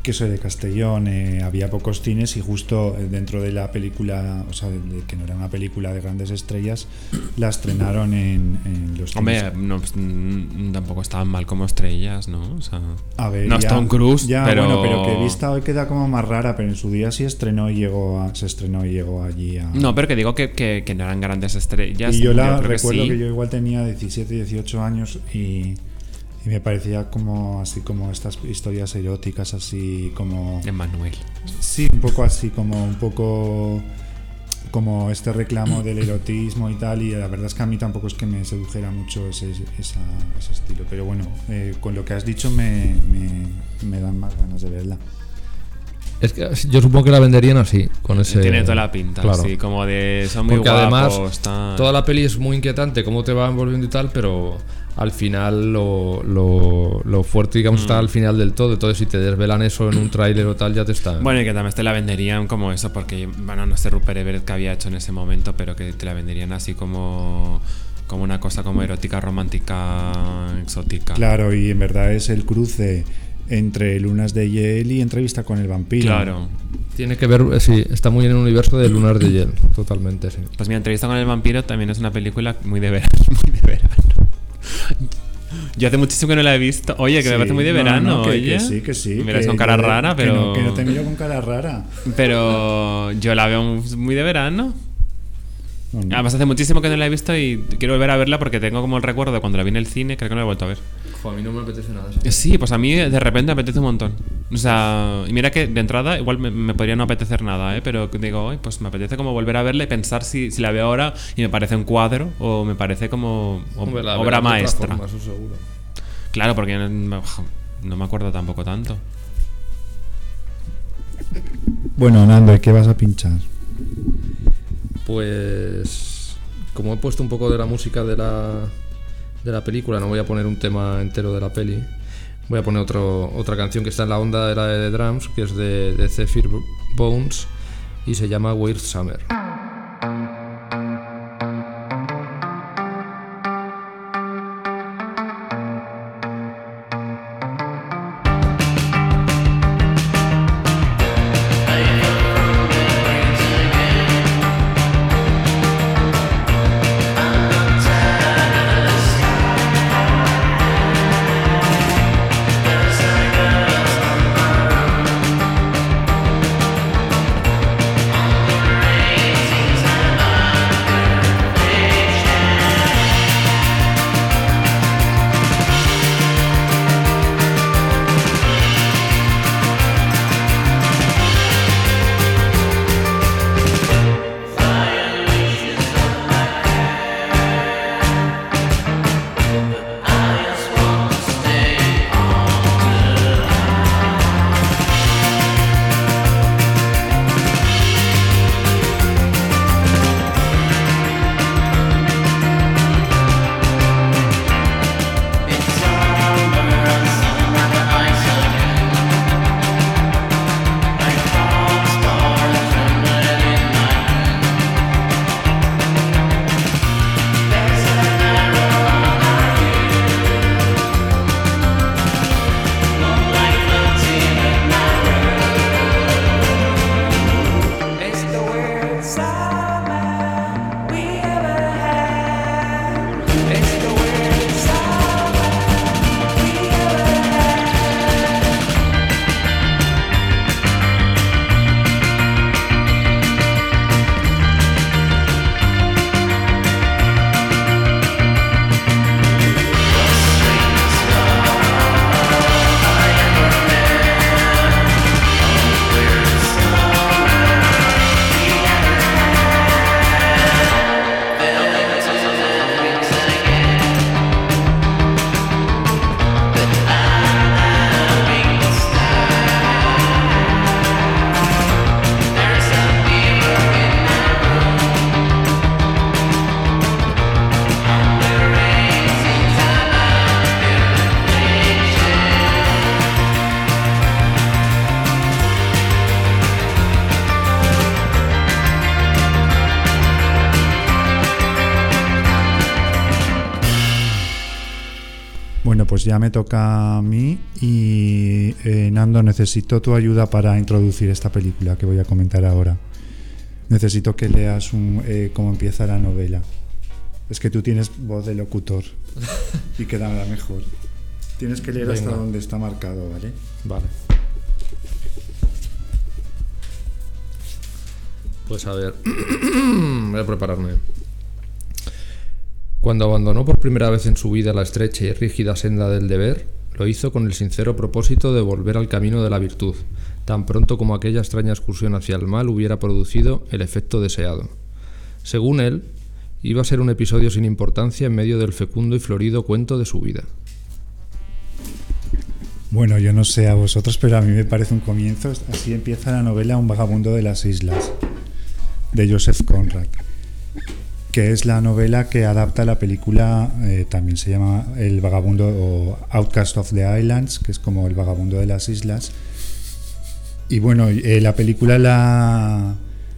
que soy de Castellón, había pocos cines y justo dentro de la película, o sea, que no era una película de grandes estrellas, la estrenaron en los cines. Hombre, no, pues, tampoco estaban mal como estrellas, ¿no? O sea, a ver, no ya, Tom Cruise, ya, pero... bueno, pero que vista hoy queda como más rara, pero en su día sí estrenó y se estrenó y llegó allí a... No, pero que digo que no eran grandes estrellas. Y yo recuerdo que, sí. que yo igual tenía 17, 18 años y me parecía como así como estas historias eróticas así como... Emmanuel. Sí, un poco así como este reclamo del erotismo y tal, y la verdad es que a mí tampoco es que me sedujera mucho ese estilo, pero bueno, con lo que has dicho me dan más ganas de verla. Es que yo supongo que la venderían así, con ese... Tiene toda la pinta, claro. sí, como de son muy porque guapos. Además, tal. toda la peli es muy inquietante, cómo te va envolviendo y tal, pero al final lo fuerte, digamos, está al final del todo. Entonces, si te desvelan eso en un tráiler o tal, ya te está... Bueno, y que también te la venderían como eso, porque, bueno, no sé Rupert Everett qué había hecho en ese momento, pero que te la venderían así como una cosa como erótica, romántica, exótica. Claro, y en verdad es el cruce entre Lunas de Hiel y Entrevista con el vampiro. Claro. Tiene que ver, sí, está muy en el universo de Lunas de Hiel, totalmente, sí. Pues mi Entrevista con el vampiro también es una película muy de verano, muy de verano. Yo hace muchísimo que no la he visto. Oye, que me parece muy de verano, oye. Que sí. Me miras con cara rara, pero... Que no te miro con cara rara. Pero yo la veo muy de verano. No. Además hace muchísimo que no la he visto y quiero volver a verla porque tengo como el recuerdo de cuando la vi en el cine, creo que no la he vuelto a ver. A mí no me apetece nada. Sí, pues a mí de repente me apetece un montón. O sea, y mira que de entrada igual me podría no apetecer nada, pero digo, "Ay, pues me apetece como volver a verla y pensar si la veo ahora y me parece un cuadro o me parece como obra maestra". Forma, eso seguro. Claro, porque no me acuerdo tampoco tanto. Bueno, Nando, ¿y qué vas a pinchar? Pues como he puesto un poco de la música de la película, no voy a poner un tema entero de la peli. Voy a poner otra canción que está en la onda de la de Drums, que es de Zephyr Bones y se llama Weird Summer. Raise pues ya me toca a mí y Nando, necesito tu ayuda para introducir esta película que voy a comentar ahora. Necesito que leas cómo empieza la novela. Es que tú tienes voz de locutor y quedará mejor. Tienes que leer hasta donde está marcado, ¿vale? Vale. Pues a ver, voy a prepararme. Cuando abandonó por primera vez en su vida la estrecha y rígida senda del deber, lo hizo con el sincero propósito de volver al camino de la virtud, tan pronto como aquella extraña excursión hacia el mal hubiera producido el efecto deseado. Según él, iba a ser un episodio sin importancia en medio del fecundo y florido cuento de su vida. Bueno, yo no sé a vosotros, pero a mí me parece un comienzo. Así empieza la novela Un vagabundo de las islas, de Joseph Conrad, que es la novela que adapta la película, también se llama El vagabundo o Outcast of the Islands, que es como El vagabundo de las islas. Y bueno, la película la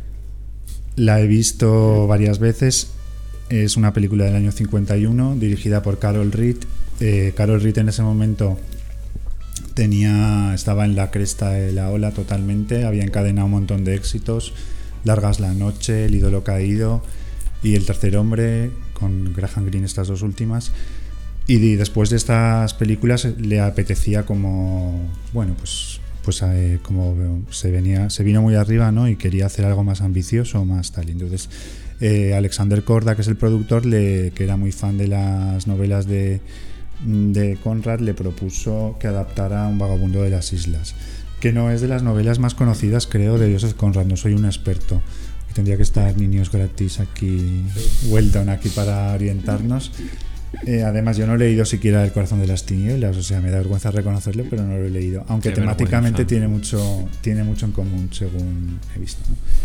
he visto varias veces. Es una película del año 51, dirigida por Carol Reed. Carol Reed en ese momento estaba en la cresta de la ola totalmente, había encadenado un montón de éxitos: Largas la noche, El ídolo caído y El tercer hombre, con Graham Greene, estas dos últimas. Y después de estas películas le apetecía como, bueno, pues como se vino muy arriba, ¿no? Y quería hacer algo más ambicioso, más tal. Entonces Alexander Korda, que es el productor, que era muy fan de las novelas de Conrad, le propuso que adaptara Un vagabundo de las islas, que no es de las novelas más conocidas, creo, de Joseph Conrad. No soy un experto, tendría que estar Niños Gratis aquí, Weldon aquí para orientarnos. Además, yo no he leído siquiera El corazón de las tinieblas, o sea, me da vergüenza reconocerlo, pero no lo he leído, aunque temáticamente tiene mucho en común, según he visto,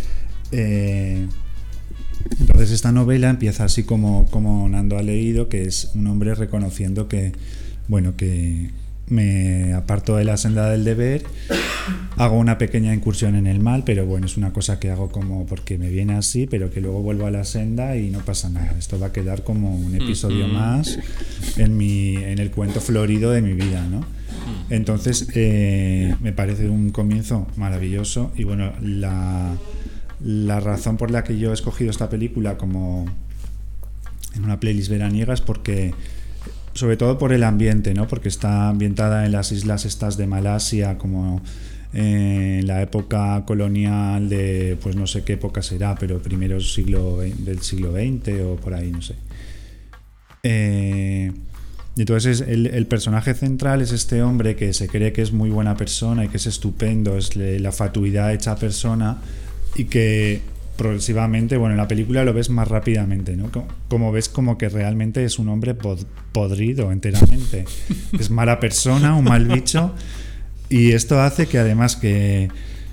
¿no? Entonces esta novela empieza así como Nando ha leído, que es un hombre reconociendo que, bueno, que me aparto de la senda del deber, hago una pequeña incursión en el mal, pero bueno, es una cosa que hago como porque me viene así, pero que luego vuelvo a la senda y no pasa nada. Esto va a quedar como un episodio más en el cuento florido de mi vida, ¿no? Entonces me parece un comienzo maravilloso. Y bueno, la razón por la que yo he escogido esta película como en una playlist veraniega es porque, sobre todo por el ambiente, ¿no? Porque está ambientada en las islas estas de Malasia, como en la época colonial de, pues no sé qué época será, pero primeros del siglo XX o por ahí, no sé. Y entonces el personaje central es este hombre que se cree que es muy buena persona y que es estupendo, es la fatuidad hecha persona, y que progresivamente, bueno, en la película lo ves más rápidamente, ¿no? Como ves como que realmente es un hombre podrido enteramente. Es mala persona, un mal bicho, y esto hace que además que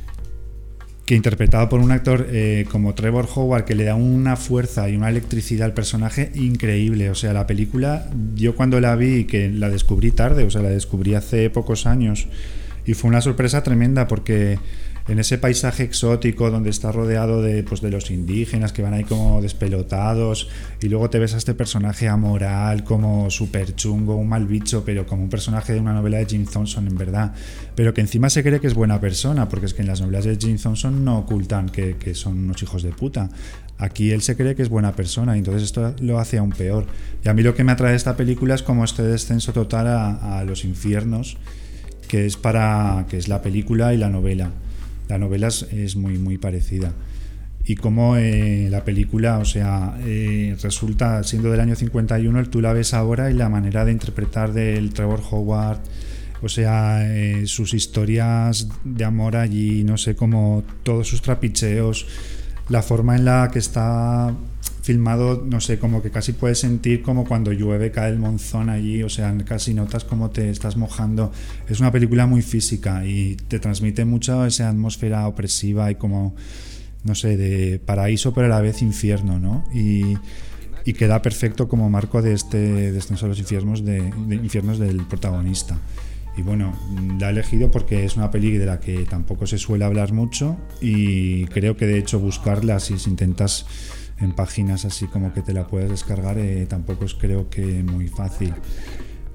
interpretado por un actor como Trevor Howard, que le da una fuerza y una electricidad al personaje increíble. O sea, la película, yo cuando la vi, que la descubrí tarde, o sea, la descubrí hace pocos años, y fue una sorpresa tremenda porque en ese paisaje exótico donde está rodeado de los indígenas que van ahí como despelotados, y luego te ves a este personaje amoral, como súper chungo, un mal bicho, pero como un personaje de una novela de Jim Thompson, en verdad, pero que encima se cree que es buena persona, porque es que en las novelas de Jim Thompson no ocultan que son unos hijos de puta. Aquí él se cree que es buena persona, y entonces esto lo hace aún peor. Y a mí lo que me atrae de esta película es como este descenso total a los infiernos, que es la película y la novela. La novela es muy, muy parecida. Y como la película, o sea, resulta, siendo del año 51, tú la ves ahora y la manera de interpretar del Trevor Howard, o sea, sus historias de amor allí, no sé, como todos sus trapicheos, la forma en la que está filmado, no sé, como que casi puedes sentir como cuando llueve, cae el monzón allí, o sea, casi notas como te estás mojando. Es una película muy física y te transmite mucho esa atmósfera opresiva y como, no sé, de paraíso pero a la vez infierno, ¿no? Y queda perfecto como marco de este descenso a los infiernos del protagonista. Y bueno, la he elegido porque es una peli de la que tampoco se suele hablar mucho, y creo que de hecho buscarla, si intentas en páginas así como que te la puedes descargar, tampoco es creo que muy fácil.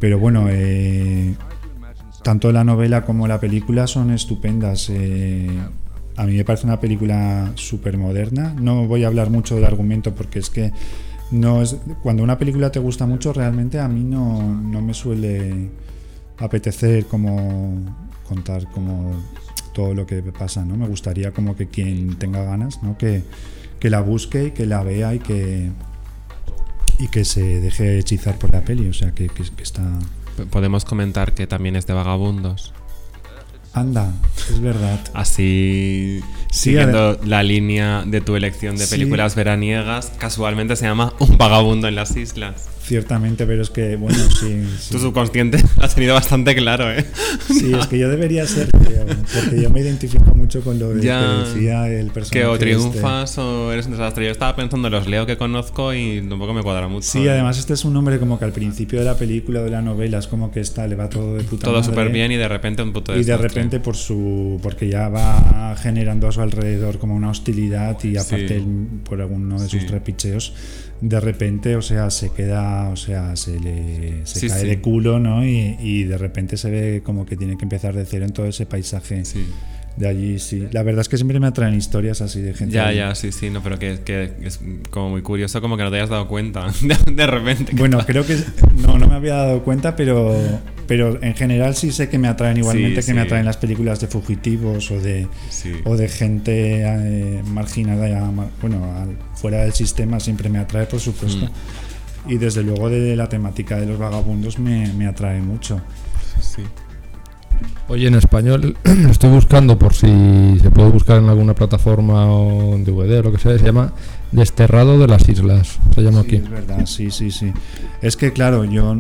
Pero bueno, tanto la novela como la película son estupendas. A mí me parece una película súper moderna. No voy a hablar mucho del argumento porque es que no es, cuando una película te gusta mucho, realmente a mí no me suele apetecer como contar como todo lo que pasa, ¿no? Me gustaría como que quien tenga ganas, ¿no? Que la busque y que la vea y que se deje hechizar por la peli, o sea que está... Podemos comentar que también es de vagabundos. Anda, es verdad. Así, Sí, siguiendo la línea de tu elección de películas veraniegas, casualmente se llama Un vagabundo en las islas. Ciertamente, pero es que, bueno, sí. Tu subconsciente lo has tenido bastante claro, ¿eh? Sí, es que yo debería ser, creo, porque yo me identifico mucho con lo que decía el personaje. Que o triunfas o eres un desastre. Yo estaba pensando en los Leo que conozco y tampoco me cuadra mucho. Sí, además este es un hombre como que al principio de la película o de la novela es como que le va todo de puta todo madre. súper bien y de repente un puto desastre. Y de repente porque ya va generando a su alrededor como una hostilidad y aparte por alguno de sus trapicheos, de repente, o sea, se queda, o sea, se cae de culo, ¿no? Y de repente se ve como que tiene que empezar de cero en todo ese paisaje de allí, sí. La verdad es que siempre me atraen historias así de gente. Sí, no, pero que es como muy curioso como que no te hayas dado cuenta de repente. Bueno, creo que no me había dado cuenta, pero en general sí sé que me atraen igualmente que me atraen las películas de fugitivos o de gente marginada, bueno, fuera del sistema siempre me atrae, por supuesto. Y desde luego de la temática de los vagabundos me atrae mucho. Sí. Oye, en español estoy buscando por si se puede buscar en alguna plataforma o en DVD o lo que sea, se llama Desterrado de las Islas, se llama aquí. Es verdad, sí. Es que claro, yo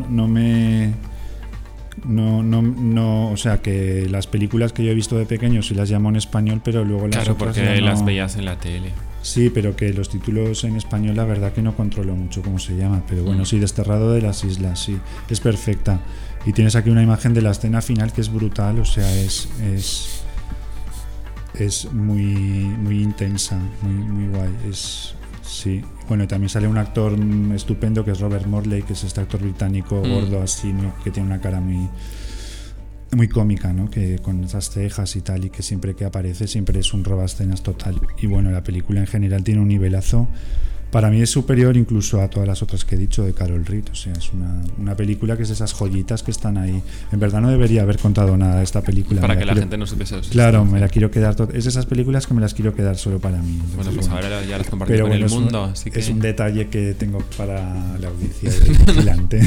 o sea, que las películas que yo he visto de pequeño sí las llamo en español, pero luego las claro, otras porque ya las veías en la tele. Sí, pero que los títulos en español la verdad que no controlo mucho cómo se llama, pero bueno, sí, Desterrado de las Islas, sí, es perfecta. Y tienes aquí una imagen de la escena final que es brutal, o sea, es muy intensa, muy guay, sí. Bueno, y también sale un actor estupendo que es Robert Morley, que es este actor británico gordo así, ¿no? Que tiene una cara muy cómica, ¿no? Que con esas cejas y tal, y que siempre que aparece siempre es un robascenas total. Y bueno, la película en general tiene un nivelazo. Para mí es superior incluso a todas las otras que he dicho de Carol Reed. O sea, es una película que es esas joyitas que están ahí. En verdad no debería haber contado nada de esta película. Para que la gente no supiese eso. Claro, me la quiero quedar. Es esas películas que me las quiero quedar solo para mí. Entonces, bueno, pues ahora ya las compartí con el mundo. Así que... Es un detalle que tengo para la audiencia vigilante.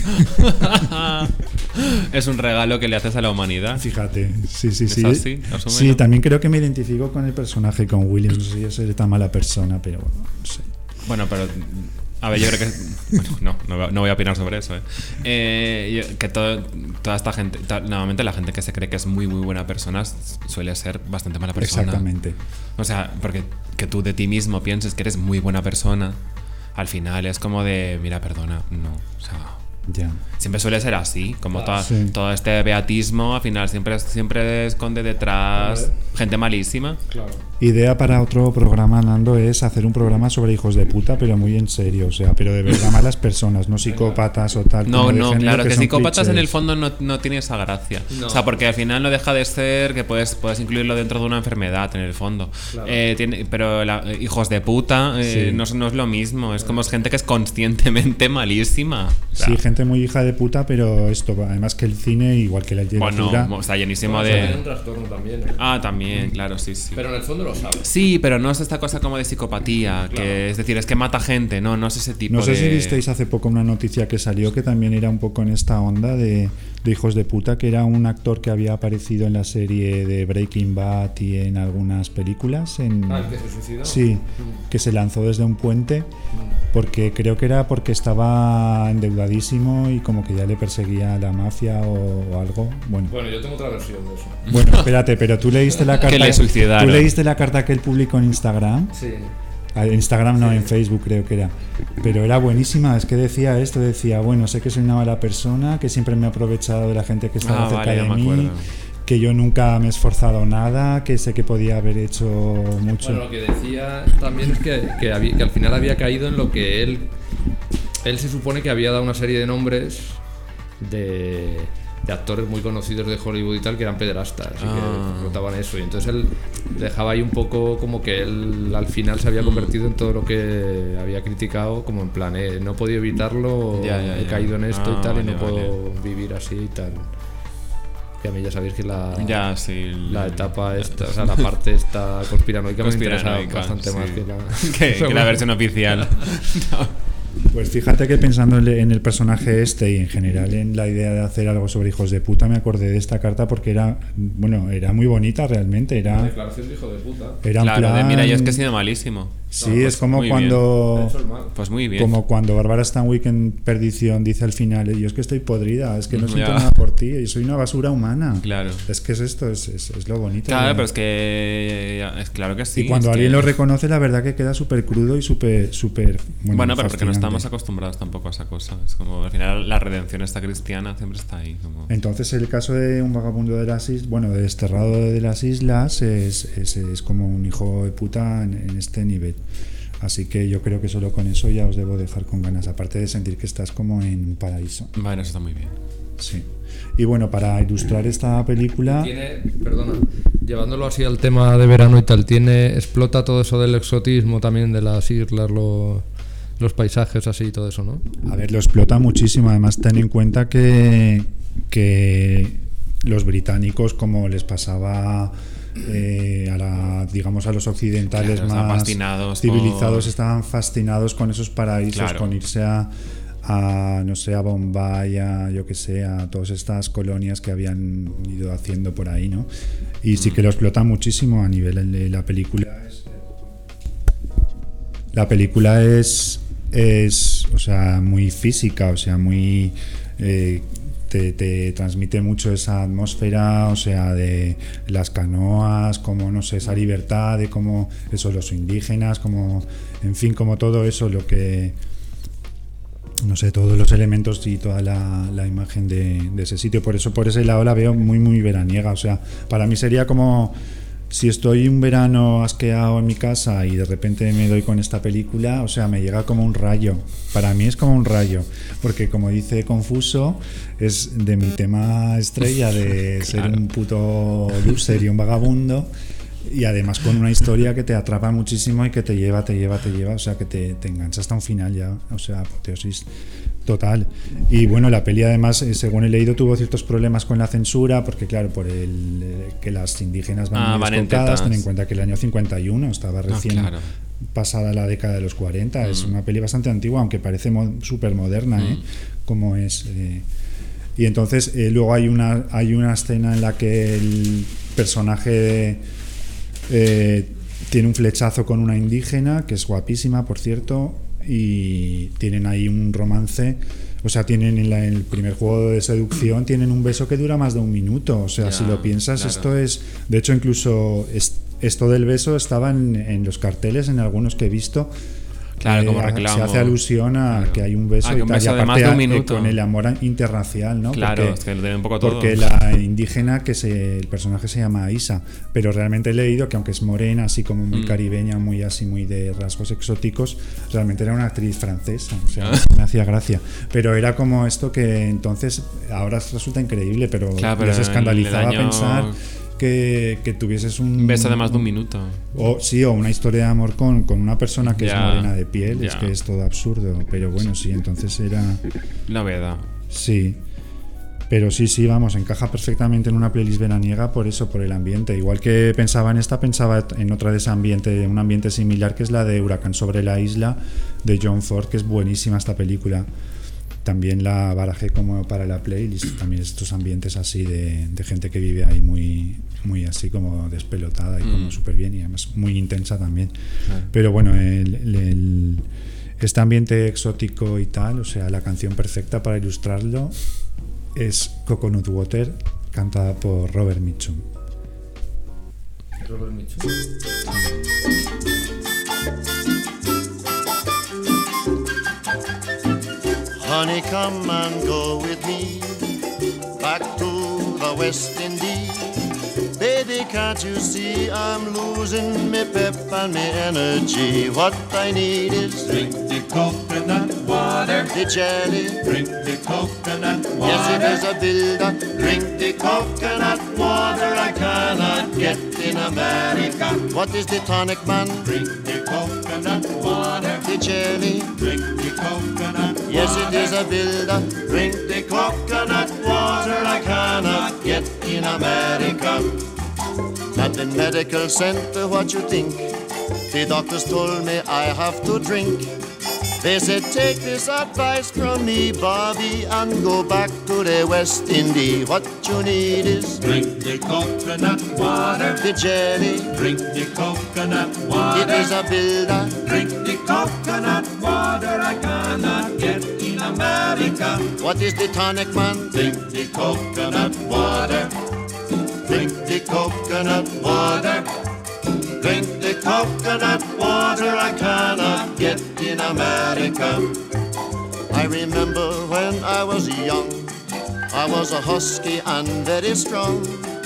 Es un regalo que le haces a la humanidad. Fíjate, sí. ¿Es así? Sí, también creo que me identifico con el personaje, con Williams. No sé si yo soy tan mala persona, pero bueno, no sé. Bueno, pero a ver, yo creo que... Bueno, no voy a opinar sobre eso, que toda esta gente... Normalmente la gente que se cree que es muy buena persona suele ser bastante mala persona. Exactamente. O sea, porque que tú de ti mismo pienses que eres muy buena persona, al final es como de... Mira, perdona, no, o sea... Ya. Siempre suele ser así, como todo este beatismo, al final siempre esconde detrás gente malísima. Claro. Idea para otro programa, Nando, es hacer un programa sobre hijos de puta, pero muy en serio, o sea, pero de verdad malas personas, no psicópatas o tal. No, claro, que psicópatas clichés. En el fondo no tiene esa gracia. No. O sea, porque al final no deja de ser que puedes incluirlo dentro de una enfermedad, en el fondo. Claro. Pero hijos de puta no es lo mismo, es como gente que es conscientemente malísima. O sea, sí, gente muy hija de puta, pero esto, además que el cine, igual que la literatura... Bueno, está llenísimo de... Tiene un trastorno también, también, claro, sí. Pero en el fondo lo sabe. Sí, pero no es esta cosa como de psicopatía, que es decir, es que mata gente, no es ese tipo de... No sé si visteis hace poco una noticia que salió que también era un poco en esta onda de hijos de puta, que era un actor que había aparecido en la serie de Breaking Bad y en algunas películas. ¿El que se suicidó? Sí, que se lanzó desde un puente, porque creo que era porque estaba endeudadísimo y como que ya le perseguía la mafia o algo. Bueno, yo tengo otra versión de eso. Bueno, espérate, pero tú leíste la carta... Que le suicidaron. ¿Tú leíste la carta que él publicó en Instagram? Sí. En Instagram no, en Facebook creo que era. Pero era buenísima, es que decía esto, bueno, sé que soy una mala persona, que siempre me he aprovechado de la gente que estaba cerca de mí, que yo nunca me he esforzado nada, que sé que podía haber hecho mucho. Bueno, lo que decía también es que al final había caído en lo que él se supone que había dado una serie de nombres de actores muy conocidos de Hollywood y tal que eran pederastas y que notaban eso, y entonces él dejaba ahí un poco como que él al final se había convertido en todo lo que había criticado, como en plan no he podido evitarlo, he caído en esto y tal, y no puedo vivir así y tal. Que a mí ya sabéis que la etapa esta, o sea, la parte esta conspiranoica me interesa bastante más que la versión oficial. Pues fíjate que pensando en el personaje este y en general en la idea de hacer algo sobre hijos de puta, me acordé de esta carta porque era muy bonita realmente. Era una declaración de hijo de puta. Era claro, plan, de mira, yo es que he sido malísimo. Sí, pues es como cuando pues muy bien. Como cuando Bárbara Stanwyck en Perdición dice al final, yo es que estoy podrida, es que no siento nada por ti, yo soy una basura humana. Claro. Es que es esto, es lo bonito. Claro, pero es que es claro que sí. Y cuando alguien lo reconoce, la verdad que queda súper crudo y súper bueno, pero porque no estamos acostumbrados tampoco a esa cosa. Es como al final la redención esta cristiana siempre está ahí. Como... Entonces el caso de un vagabundo de las islas, bueno, de desterrado de las islas, es como un hijo de puta en este nivel. Así que yo creo que solo con eso ya os debo dejar con ganas, aparte de sentir que estás como en un paraíso. Bueno, eso está muy bien. Sí. Y bueno, para ilustrar esta película... Llevándolo así al tema de verano y tal, explota todo eso del exotismo también de las islas, los paisajes así y todo eso, ¿no? A ver, lo explota muchísimo. Además, ten en cuenta que los británicos, como les pasaba... a los occidentales, claro, más civilizados, estaban fascinados con esos paraísos, claro, con irse a no sé, a Bombay, yo que sé, a todas estas colonias que habían ido haciendo por ahí, ¿no? Y sí que lo explota muchísimo a nivel de la película. La película es o sea, muy física, o sea, muy te transmite mucho esa atmósfera, o sea, de las canoas, como, no sé, esa libertad de cómo eso, los indígenas, como, en fin, como todo eso, lo que, no sé, todos los elementos y toda la imagen de ese sitio. Por eso, por ese lado la veo muy, muy veraniega. O sea, para mí sería como si estoy un verano asqueado en mi casa y de repente me doy con esta película, o sea, me llega como un rayo. Para mí es como un rayo, porque como dice Confuso, es de mi tema estrella de ser un puto loser y un vagabundo, y además con una historia que te atrapa muchísimo y que te lleva, o sea, que te engancha hasta un final ya, o sea, apoteosis total. Y bueno, la peli además, según he leído, tuvo ciertos problemas con la censura, porque claro, por que las indígenas van escoltadas. Ten en cuenta que el año 51 estaba recién pasada la década de los 40, es una peli bastante antigua, aunque parece súper moderna, como es. Y entonces luego hay una escena en la que el personaje tiene un flechazo con una indígena, que es guapísima, por cierto, y tienen ahí un romance. O sea, tienen en el primer juego de seducción tienen un beso que dura más de un minuto. O sea, si lo piensas, esto es... De hecho, incluso esto del beso estaba en los carteles, en algunos que he visto. Claro, como reclamo. Se hace alusión a que hay un beso y tal, y aparte de un minuto. Con el amor interracial, ¿no? Claro, porque, es que lo tiene un poco todo. Porque la indígena, el personaje se llama Isa, pero realmente he leído que aunque es morena, así como muy caribeña, muy así, muy de rasgos exóticos, realmente era una actriz francesa, o sea, me hacía gracia. Pero era como esto que entonces, ahora resulta increíble, pero les escandalizaba pensar que tuvieses un beso de más de un minuto. O una historia de amor con una persona que es morena de piel. Es que es todo absurdo. Pero bueno, sí, entonces era... Novedad. Sí. Pero sí, vamos, encaja perfectamente en una playlist veraniega por eso, por el ambiente. Igual que pensaba en esta, pensaba en otra de ese ambiente, un ambiente similar, que es la de Huracán sobre la isla, de John Ford, que es buenísima esta película. También la barajé como para la playlist. También estos ambientes así de gente que vive ahí muy, muy así como despelotada y como súper bien, y además muy intensa también. Pero bueno, este ambiente exótico y tal, o sea, la canción perfecta para ilustrarlo es Coconut Water, cantada por Robert Mitchum. Robert Mitchum. Honey, come and go with me back to the West Indies. Baby, can't you see I'm losing me pep and me energy? What I need is drink the coconut water, the jelly. drink the coconut water. Yes, it is a builder. Drink the coconut water I cannot get in America. What is the tonic, man? Drink the coconut water, The jelly. drink the coconut water. Yes, it is a builder. Drink the coconut water I cannot get in America. At the medical center, what you think? The doctors told me I have to drink. They said, take this advice from me, Bobby, and go back to the West Indies. What you need is Drink the coconut water, the jelly. drink the coconut It water. is a builder. Drink the coconut water I cannot get in America. What is the tonic, man? Drink the coconut water, Drink the coconut water. Drink the coconut water I cannot get in America. I remember when I was young, I was a husky and very strong.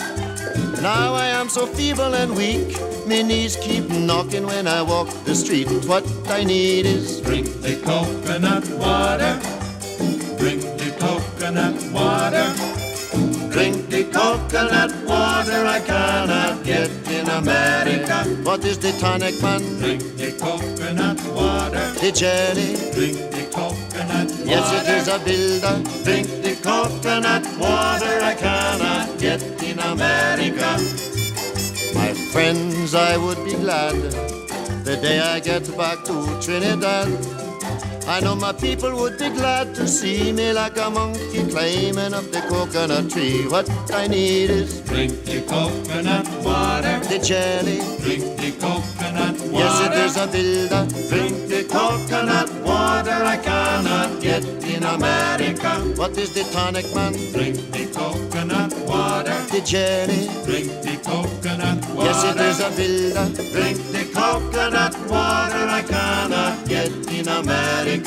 Now I am so feeble and weak, my knees keep knocking when I walk the street. What I need is drink the coconut water, drink the coconut water. drink the coconut water I cannot get in America. What is the tonic, man? Drink the coconut water, The jelly. drink the coconut water. Yes, it is a builder. Drink the coconut water I cannot get in America. My friends, I would be glad the day I get back to Trinidad. I know my people would be glad to see me like a monkey climbing up the coconut tree. What I need is Drink the coconut water, the jelly. drink the coconut water. Yes, it is a builder. Drink the coconut water I cannot get in America. What is the tonic, man? Drink the coconut water, The jelly. drink the coconut water. Yes, it is a builder. Drink the coconut water I cannot get in America.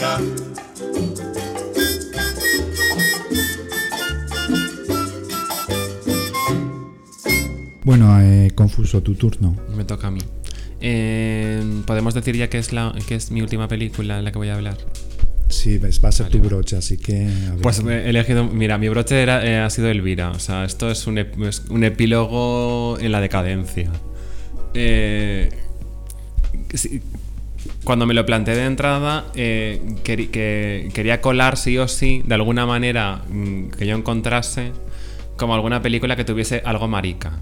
Bueno, Confuso, tu turno. Me toca a mí. Podemos decir ya que es mi última película en la que voy a hablar. Sí, va a ser tu broche, así que... a ver. Pues he elegido, mira, mi broche ha sido Elvira. O sea, esto es un epílogo en la decadencia. Cuando me lo planteé de entrada, quería colar sí o sí, de alguna manera, que yo encontrase como alguna película que tuviese algo marica.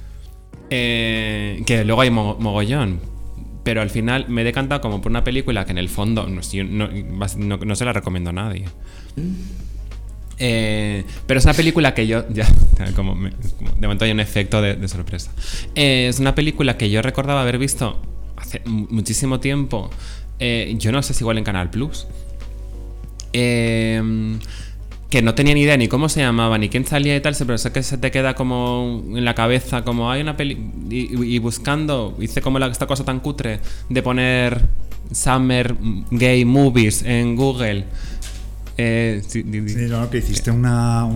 Que luego hay mogollón. Pero al final me he decantado como por una película que en el fondo no se la recomiendo a nadie. Pero es una película que yo ya de momento hay un efecto de sorpresa. Es una película que yo recordaba haber visto hace muchísimo tiempo. Yo no sé si igual en Canal Plus. Que no tenía ni idea ni cómo se llamaba ni quién salía y tal, pero sé que se te queda como en la cabeza, como hay una peli. Y buscando, hice como esta cosa tan cutre de poner Summer Gay Movies en Google. Sí, no, que hiciste una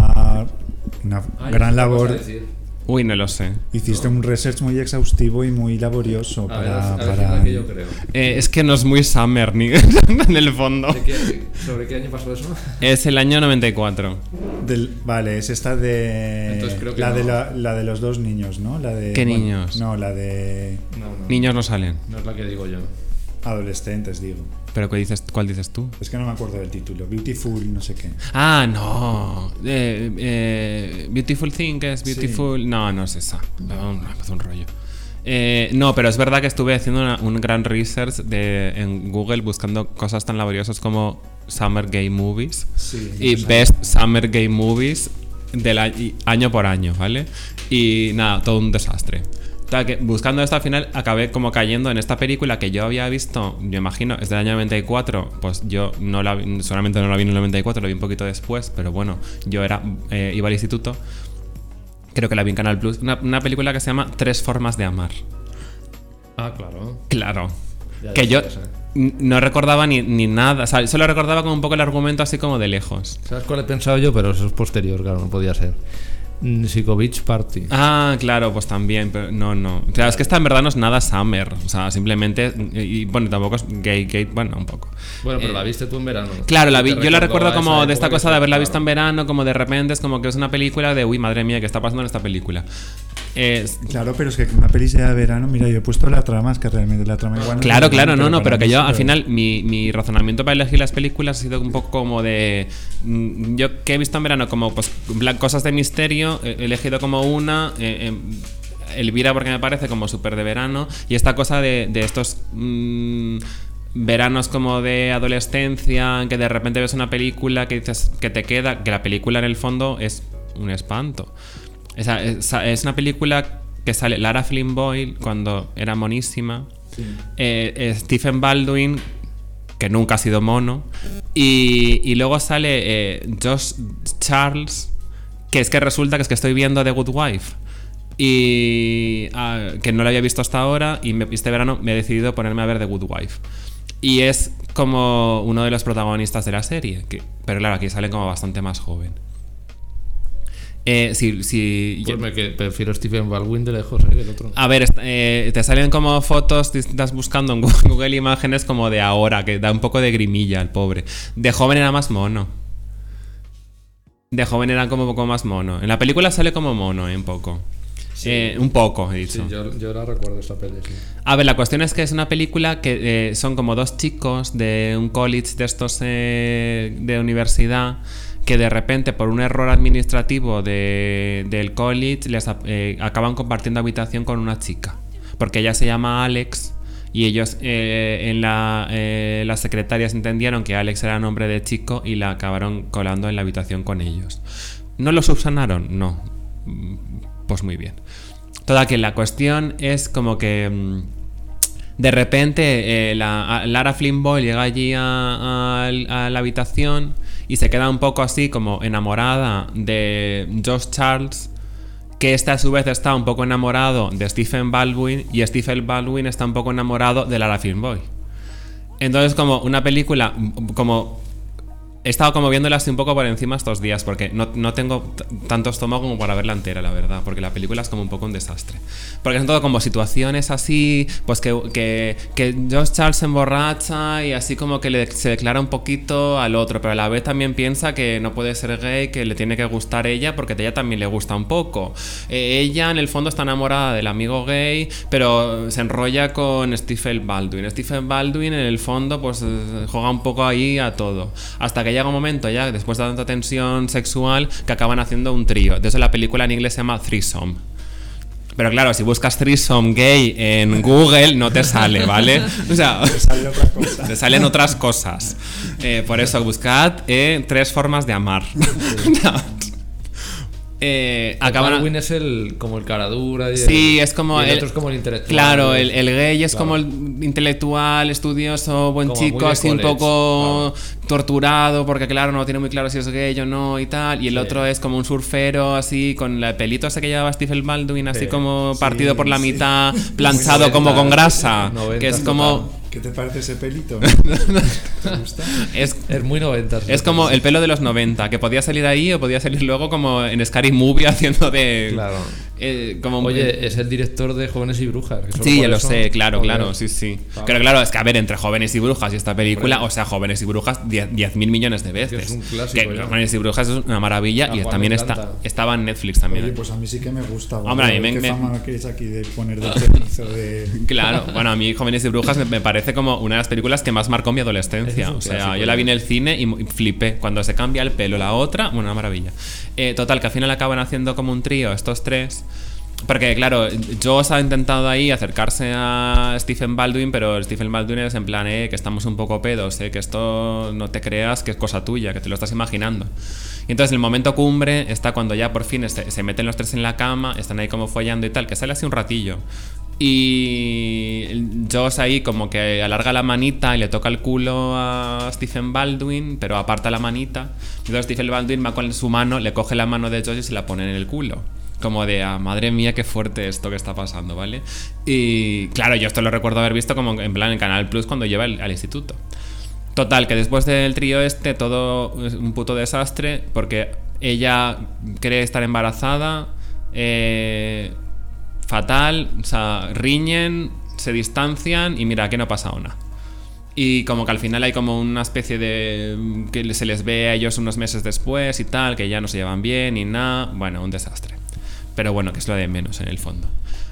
gran labor. Uy, no lo sé. Hiciste un research muy exhaustivo y muy laborioso para... que yo creo. Es que no es muy Summer ni en el fondo. ¿Sobre qué año pasó eso? Es el año 94. Vale, es esta de... Entonces creo que la, no. la de los dos niños, ¿no? La de, ¿Qué niños? No, la de... No. Niños no salen. No es la que digo yo. Adolescentes, digo. ¿Pero cuál dices tú? Es que no me acuerdo del título. Beautiful, no sé qué. Ah, no. Beautiful Thing, que es Beautiful. Sí. No es esa. No, es un rollo. No, pero es verdad que estuve haciendo un gran research en Google buscando cosas tan laboriosas como Summer Gay Movies y Best Summer Gay Movies del año por año, ¿vale? Y nada, todo un desastre. Que buscando esto al final acabé como cayendo en esta película que yo había visto, yo imagino, es del año 94, pues yo solamente no la vi en el 94, la vi un poquito después, pero bueno, yo iba al instituto, creo que la vi en Canal Plus, una película que se llama Tres formas de amar. Ah, claro. Claro. Ya que yo sabes, no recordaba ni nada, o sea, solo recordaba como un poco el argumento así como de lejos. ¿Sabes cuál he pensado yo? Pero eso es posterior, claro, no podía ser. Psycho Beach Party. Ah, claro, pues también, pero no. Claro, es que esta en verdad no es nada Summer, o sea, simplemente, y bueno, tampoco es gay, bueno, un poco. Bueno, pero la viste tú en verano. Claro, la vi, Te yo la recordó recuerdo a como esa de esta época cosa que de haberla claro. visto en verano, como de repente es como que es una película de, uy, madre mía, ¿qué está pasando en esta película? Claro, pero es que una peli sea de verano, mira, yo he puesto la trama, es que realmente la trama igual Claro, no, para pero que mí yo sí al lo- final mi razonamiento para elegir las películas ha sido un poco como de yo que he visto en verano como pues cosas de misterio, he elegido como una Elvira porque me parece como súper de verano y esta cosa de estos veranos como de adolescencia en que de repente ves una película que dices que te queda, que la película en el fondo es un espanto. Es una película que sale Lara Flynn Boyle cuando era monísima, Stephen Baldwin, que nunca ha sido mono, y luego sale Josh Charles, que es que resulta que es que estoy viendo The Good Wife y que no la había visto hasta ahora y este verano me he decidido ponerme a ver The Good Wife y es como uno de los protagonistas de la serie, pero claro, aquí sale como bastante más joven. Pues prefiero Stephen Baldwin de lejos, el otro. A ver, te salen como fotos, te estás buscando en Google Imágenes como de ahora, que da un poco de grimilla al pobre. De joven era más mono. De joven era como un poco más mono. En la película sale como mono, un poco. Sí. Un poco, he dicho. Sí, yo la recuerdo esta peli, sí. A ver, la cuestión es que es una película que son como dos chicos de un college de estos de universidad que de repente por un error administrativo del college les acaban compartiendo habitación con una chica porque ella se llama Alex y ellos las secretarias entendieron que Alex era nombre de chico y la acabaron colando en la habitación con ellos. ¿No lo subsanaron? No. Pues muy bien. Toda que la cuestión es como que de repente Lara Flynn Boyle llega allí a la habitación y se queda un poco así como enamorada de Josh Charles, que este a su vez está un poco enamorado de Stephen Baldwin y Stephen Baldwin está un poco enamorado de Lara Flynn Boyle. Entonces como una película como... He estado como viéndola así un poco por encima estos días porque no tengo tanto estómago como para verla entera, la verdad, porque la película es como un poco un desastre. Porque son todo como situaciones así, pues que Josh Charles se emborracha y así como que se declara un poquito al otro, pero a la vez también piensa que no puede ser gay, que le tiene que gustar ella porque a ella también le gusta un poco. Ella en el fondo está enamorada del amigo gay, pero se enrolla con Stephen Baldwin. Stephen Baldwin en el fondo pues juega un poco ahí a todo, hasta que llega un momento ya después de tanta tensión sexual que acaban haciendo un trío. De eso la película en inglés se llama Threesome. Pero claro, si buscas Threesome gay en Google no te sale, ¿vale? O sea, te salen otras cosas. Por eso buscad 3 formas de amar. Baldwin es como el cara dura y sí, es como el otro es como el intelectual. Claro, el gay es como el intelectual, estudioso, buen como chico, así un college, poco torturado porque claro, no tiene muy claro si es gay o no y tal. Y el otro es como un surfero así con el pelito ese que llevaba Stephen Baldwin, así como partido por la mitad, planchado como con grasa, 90, que es como... ¿Qué te parece ese pelito? ¿Te gusta? Es muy 90. Es como el pelo de los 90, que podía salir ahí o podía salir luego como en Scary Movie haciendo de... Claro. Como Oye, es el director de Jóvenes y Brujas. Que sí, ya lo eso, sé, claro, joder. claro, sí. Pero claro, es que a ver, entre Jóvenes y Brujas y esta película, o sea, Jóvenes y Brujas 10.000 millones de veces. Es un clásico, que ya. Jóvenes y Brujas es una maravilla y Juan también me encanta. estaba en Netflix también. Oye, pues a mí sí que me gusta. Hombre, a mí ¿Qué me- fama que es aquí de poner de chorizo de... Claro, bueno, a mí Jóvenes y Brujas me parece como una de las películas que más marcó mi adolescencia. Es un O sea, clásico, yo la vi en ya. el cine y flipé. Cuando se cambia el pelo, la otra, una maravilla. Total, que al final acaban haciendo como un trío estos 3. Porque, claro, Joss ha intentado ahí acercarse a Stephen Baldwin, pero Stephen Baldwin es en plan, que estamos un poco pedos, que esto no te creas que es cosa tuya, que te lo estás imaginando. Y entonces el momento cumbre está cuando ya por fin se meten los 3 en la cama, están ahí como follando y tal, que sale así un ratillo. Y Joss ahí como que alarga la manita y le toca el culo a Stephen Baldwin, pero aparta la manita. Y entonces Stephen Baldwin va con su mano, le coge la mano de Joss y se la pone en el culo. Como de, madre mía, qué fuerte esto que está pasando, ¿vale? Y claro, yo esto lo recuerdo haber visto como en plan en Canal Plus cuando lleva al instituto. Total, que después del trío todo es un puto desastre porque ella cree estar embarazada, fatal, o sea, riñen, se distancian y mira, que no pasa nada. Y como que al final hay como una especie de... que se les ve a ellos unos meses después y tal, que ya no se llevan bien y nada. Bueno, un desastre. Pero bueno, que es lo de menos en el fondo.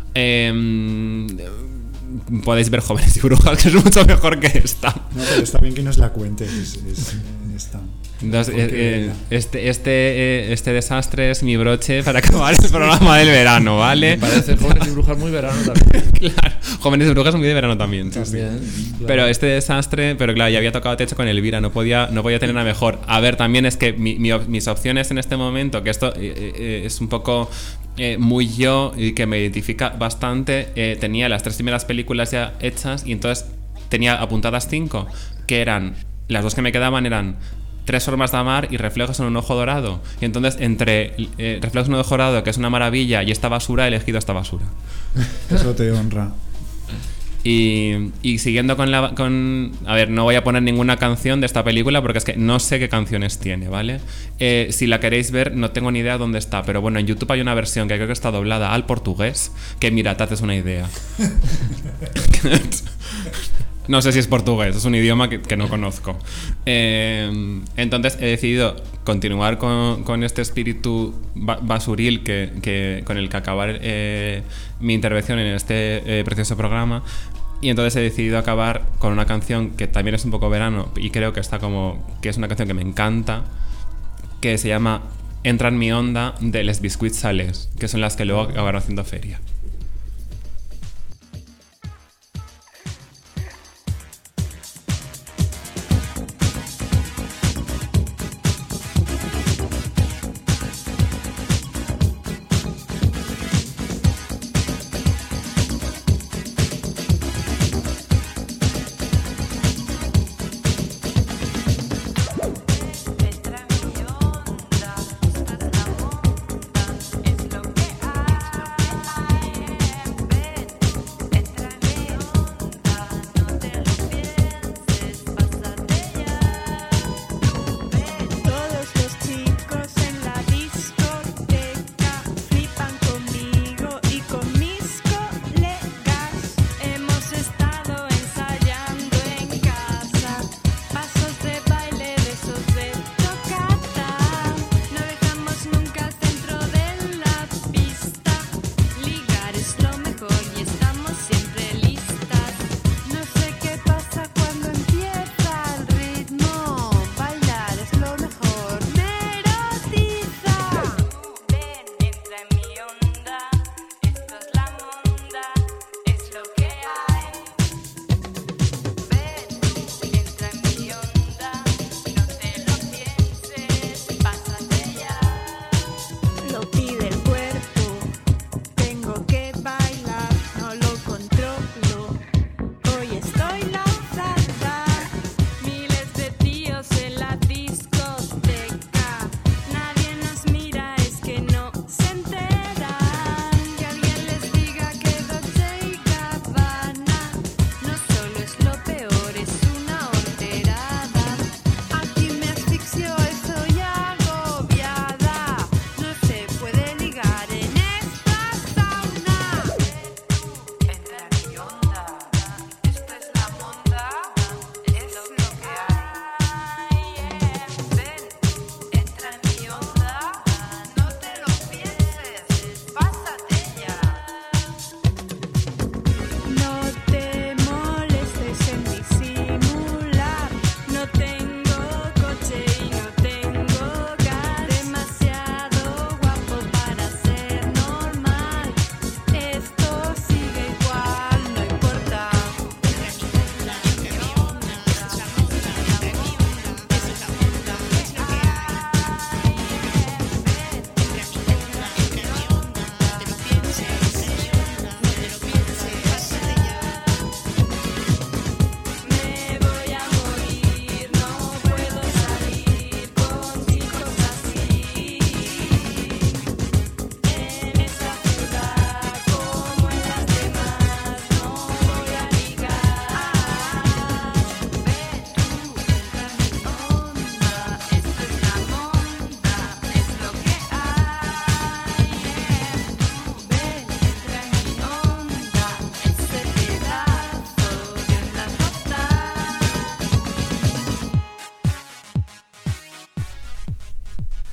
Podéis ver Jóvenes y Brujas, que es mucho mejor que esta. No, pero está bien que nos la cuentes. Esta. Entonces, este desastre es mi broche para acabar el programa del verano, ¿vale? Me parece Jóvenes y Brujas muy verano también. Claro, Jóvenes y Brujas muy de verano también. También, claro. Pero este desastre, pero claro, ya había tocado techo con Elvira, no podía tener nada mejor. A ver, también es que mis opciones en este momento, que esto es un poco muy yo y que me identifica bastante, tenía las 3 primeras películas ya hechas y entonces tenía apuntadas 5, que eran, las 2 que me quedaban eran 3 formas de amar y Reflejos en un ojo dorado. Y entonces entre Reflejos en un ojo dorado, que es una maravilla, y esta basura, he elegido esta basura. Eso te honra. Y siguiendo con a ver, no voy a poner ninguna canción de esta película porque es que no sé qué canciones tiene, ¿vale? Si la queréis ver, no tengo ni idea dónde está, pero bueno, en YouTube hay una versión que creo que está doblada al portugués, que mira, te haces una idea. No sé si es portugués, es un idioma que no conozco. Entonces he decidido continuar con este espíritu basuril con el que acabar mi intervención en este precioso programa. Y entonces he decidido acabar con una canción que también es un poco verano y creo que que es una canción que me encanta, que se llama Entra en mi onda, de Les Biscuits Salés, que son las que luego acabaron haciendo feria. Entra en mi onda, es lo que hay.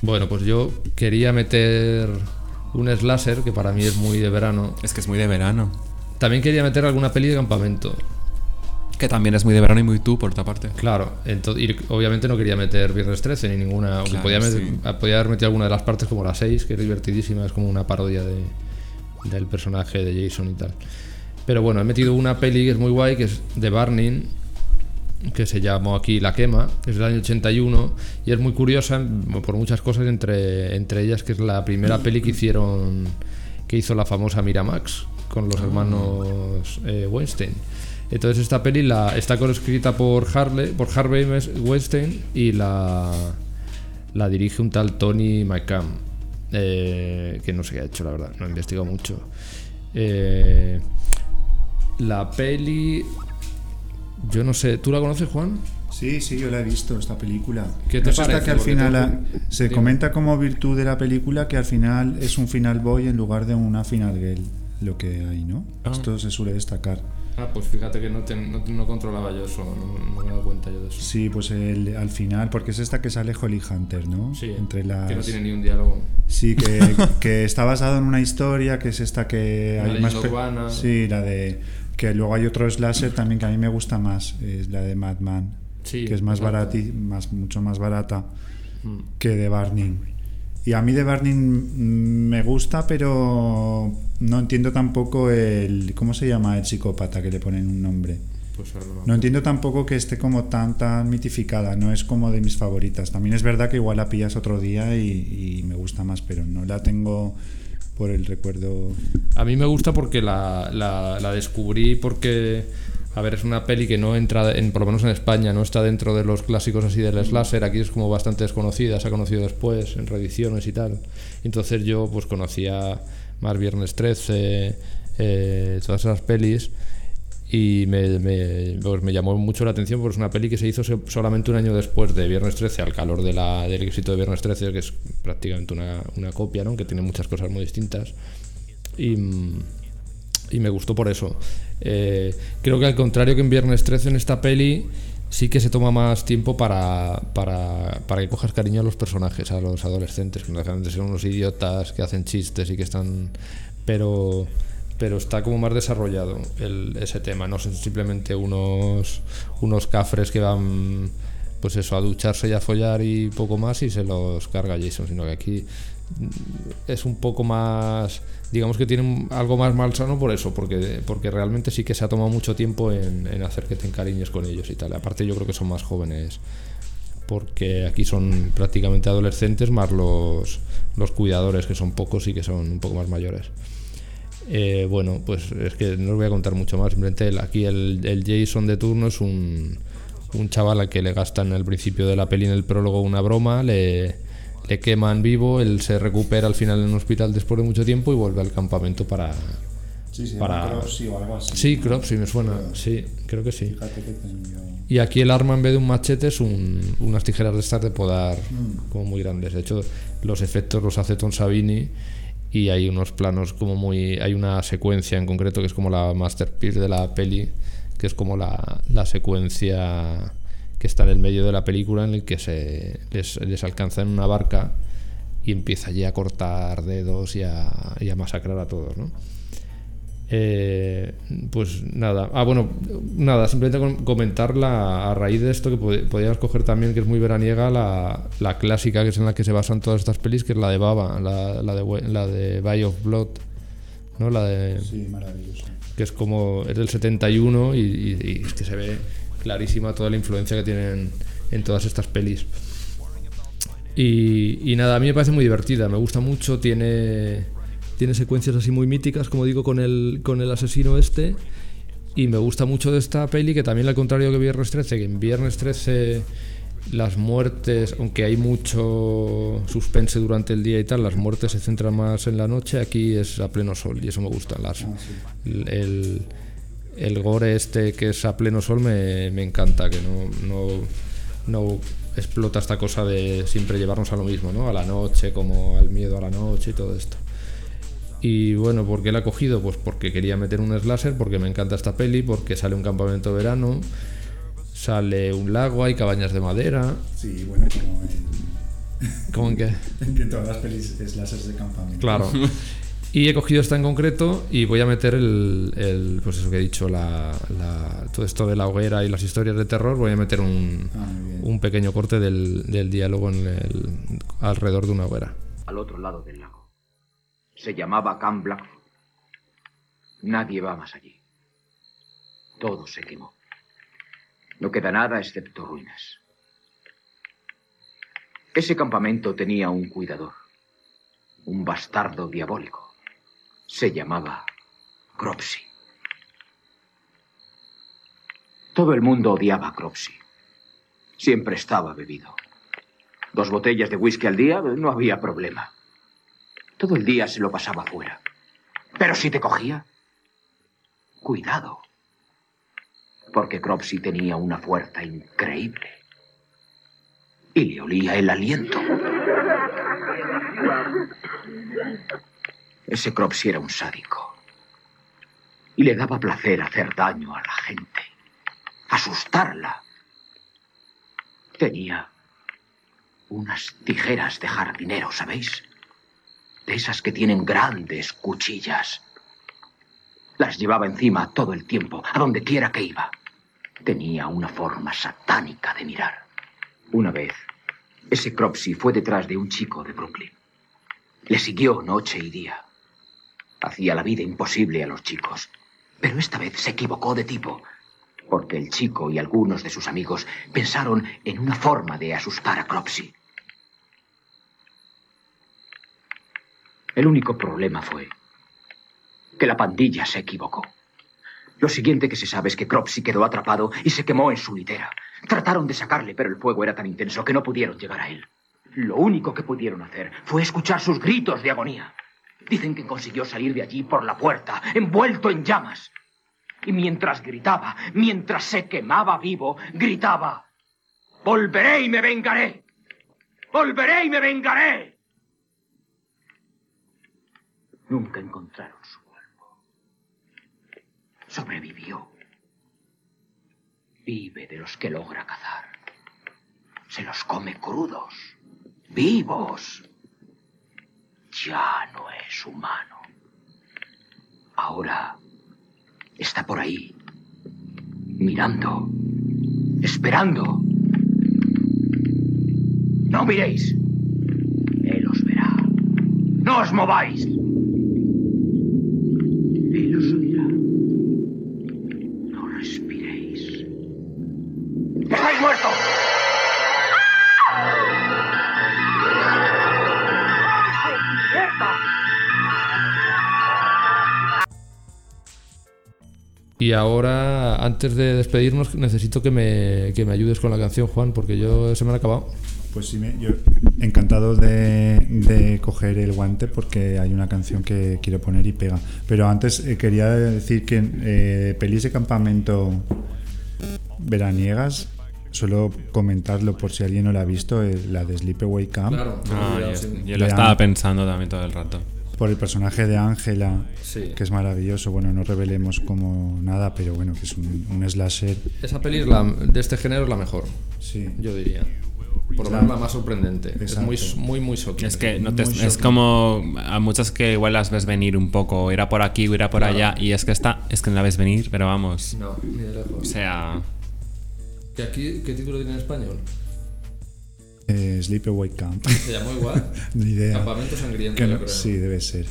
Bueno, pues yo quería meter un slasher, que para mí es muy de verano. Es que es muy de verano. También quería meter alguna peli de campamento. Que también es muy de verano y muy tú, por otra parte. Claro, y obviamente no quería meter Viernes 13 ni ninguna. Aunque Claro, podía haber metido alguna de las partes, como la 6, que es divertidísima, es como una parodia del personaje de Jason y tal. Pero bueno, he metido una peli que es muy guay, que es The Burning, que se llamó aquí La Quema, que es del año 81, y es muy curiosa por muchas cosas, entre ellas que es la primera peli que hizo la famosa Miramax con los hermanos Weinstein. Entonces esta peli está coescrita por Harvey Weinstein y la dirige un tal Tony McCann, que no sé qué ha hecho, la verdad, no he investigado mucho. La peli, yo no sé, ¿tú la conoces, Juan? Sí, yo la he visto, esta película. ¿Qué te Eso parece? está que al Porque final se Dime. comenta como virtud de la película que al final es un final boy en lugar de una final girl, lo que hay, ¿no? Esto se suele destacar. Pues fíjate que no controlaba yo eso, no me he dado cuenta yo de eso. Sí, pues al final, porque es esta que sale Holly Hunter, ¿no? Sí, Entre las... que no tiene ni un diálogo. Sí, que está basado en una historia, que es esta que La hay leyenda más... urbana. Sí, la de... Que luego hay otro slasher también que a mí me gusta más, es la de Madman, Sí, que es más exacto. barata, mucho más barata que The Burning. Y a mí The Burning me gusta, pero no entiendo tampoco ¿cómo se llama el psicópata que le ponen un nombre? Pues ahora No entiendo tampoco que esté como tan mitificada, no es como de mis favoritas. También es verdad que igual la pillas otro día y me gusta más, pero no la tengo por el recuerdo. A mí me gusta porque la descubrí porque, a ver, es una peli que no entra, por lo menos en España, no está dentro de los clásicos así del slasher. Aquí es como bastante desconocida, se ha conocido después en reediciones y tal. Entonces yo pues conocía más Viernes 13, todas esas pelis, y me llamó mucho la atención porque es una peli que se hizo solamente un año después de Viernes 13, al calor del éxito de Viernes 13, que es prácticamente una copia, ¿no? Que tiene muchas cosas muy distintas, y me gustó por eso. Creo que al contrario que en Viernes 13, en esta peli sí que se toma más tiempo para que cojas cariño a los personajes, a los adolescentes, que no dejan de ser unos idiotas que hacen chistes y que están... Pero está como más desarrollado ese tema, no son simplemente unos cafres que van, pues eso, a ducharse y a follar y poco más y se los carga Jason, sino que aquí es un poco más, digamos que tiene algo más malsano por eso, porque realmente sí que se ha tomado mucho tiempo en hacer que te encariñes con ellos y tal. Aparte yo creo que son más jóvenes, porque aquí son prácticamente adolescentes más los cuidadores, que son pocos y que son un poco más mayores. Bueno, pues es que no os voy a contar mucho más. Simplemente aquí el Jason de turno es un chaval al que le gastan al principio de la peli, en el prólogo, una broma, le queman vivo, él se recupera al final en un hospital después de mucho tiempo y vuelve al campamento para... Sí, para... Cropsy o algo así. Sí, Cropsy me suena, sí, creo que sí. Fíjate que tengo... Y aquí el arma, en vez de un machete, es unas tijeras de estas de podar como muy grandes. De hecho, los efectos los hace Tom Savini. Y hay unos planos como muy... Hay una secuencia en concreto que es como la masterpiece de la peli, que es como la secuencia que está en el medio de la película, en el que les alcanza en una barca y empieza allí a cortar dedos y a masacrar a todos, ¿no? Pues nada. Nada, simplemente comentarla a raíz de esto, que podríamos coger también, que es muy veraniega, la clásica, que es en la que se basan todas estas pelis, que es la de Baba, la de Bay of Blood, ¿no? Sí, maravilloso. Que es del 71 y es que se ve clarísima toda la influencia que tienen en todas estas pelis. Y nada, a mí me parece muy divertida, me gusta mucho, tiene secuencias así muy míticas, como digo, con el asesino este, y me gusta mucho de esta peli, que también, al contrario que Viernes 13, que en Viernes 13 las muertes, aunque hay mucho suspense durante el día y tal, las muertes se centran más en la noche, aquí es a pleno sol y eso me gusta. El gore este que es a pleno sol me encanta, que no explota esta cosa de siempre llevarnos a lo mismo, ¿no? A la noche, como al miedo a la noche y todo esto. Y bueno, ¿por qué la he cogido? Pues porque quería meter un slasher, porque me encanta esta peli, porque sale un campamento de verano, sale un lago, hay cabañas de madera. Sí, bueno, como ¿Cómo en qué? Que todas las pelis es láseres de campamento. Claro. Y he cogido esta en concreto y voy a meter pues eso que he dicho, todo esto de la hoguera y las historias de terror, voy a meter un pequeño corte del diálogo alrededor de una hoguera. Al otro lado del lago. Se llamaba Camp Blackfoot. Nadie va más allí. Todo se quemó. No queda nada excepto ruinas. Ese campamento tenía un cuidador, un bastardo diabólico. Se llamaba Cropsy. Todo el mundo odiaba a Cropsy. Siempre estaba bebido. 2 botellas de whisky al día, no había problema. Todo el día se lo pasaba fuera. Pero si te cogía, cuidado. Porque Cropsy tenía una fuerza increíble. Y le olía el aliento. Ese Cropsy era un sádico. Y le daba placer hacer daño a la gente. Asustarla. Tenía unas tijeras de jardinero, ¿sabéis? De esas que tienen grandes cuchillas. Las llevaba encima todo el tiempo, a donde quiera que iba. Tenía una forma satánica de mirar. Una vez, ese Cropsy fue detrás de un chico de Brooklyn. Le siguió noche y día. Hacía la vida imposible a los chicos. Pero esta vez se equivocó de tipo. Porque el chico y algunos de sus amigos pensaron en una forma de asustar a Cropsy. El único problema fue que la pandilla se equivocó. Lo siguiente que se sabe es que Cropsy quedó atrapado y se quemó en su litera. Trataron de sacarle, pero el fuego era tan intenso que no pudieron llegar a él. Lo único que pudieron hacer fue escuchar sus gritos de agonía. Dicen que consiguió salir de allí por la puerta, envuelto en llamas. Y mientras gritaba, mientras se quemaba vivo, gritaba: ¡volveré y me vengaré! ¡Volveré y me vengaré! Nunca encontraron su cuerpo. Sobrevivió. Vive de los que logra cazar. Se los come crudos, vivos. Ya no es humano. Ahora está por ahí, mirando, esperando. No miréis. Él os verá. No os mováis. Él os oirá. No respiréis. ¡Estáis muertos! Y ahora, antes de despedirnos, necesito que me ayudes con la canción, Juan, porque se me han acabado. Pues sí, yo encantado de coger el guante porque hay una canción que quiero poner y pega. Pero antes quería decir que pelis de campamento veraniega, suelo comentarlo por si alguien no la ha visto, la de Sleepaway Camp. Claro, yo lo estaba pensando también todo el rato. Por el personaje de Ángela, sí, que es maravilloso. Bueno, no revelemos como nada, pero bueno, que es un slasher. Esa peli de este género es la mejor, sí, yo diría. Por lo menos la más sorprendente. Exacto. Es muy shocking. Es que es como a muchas que igual las ves venir un poco, era por aquí o era por allá, y es que no la ves venir, pero vamos. No, ni de lejos. O sea, ¿Y aquí qué título tiene en español? Sleepaway Camp. ¿Se llamó igual? Ni idea. Campamento Sangriento, Que no, yo creo. sí, debe ser.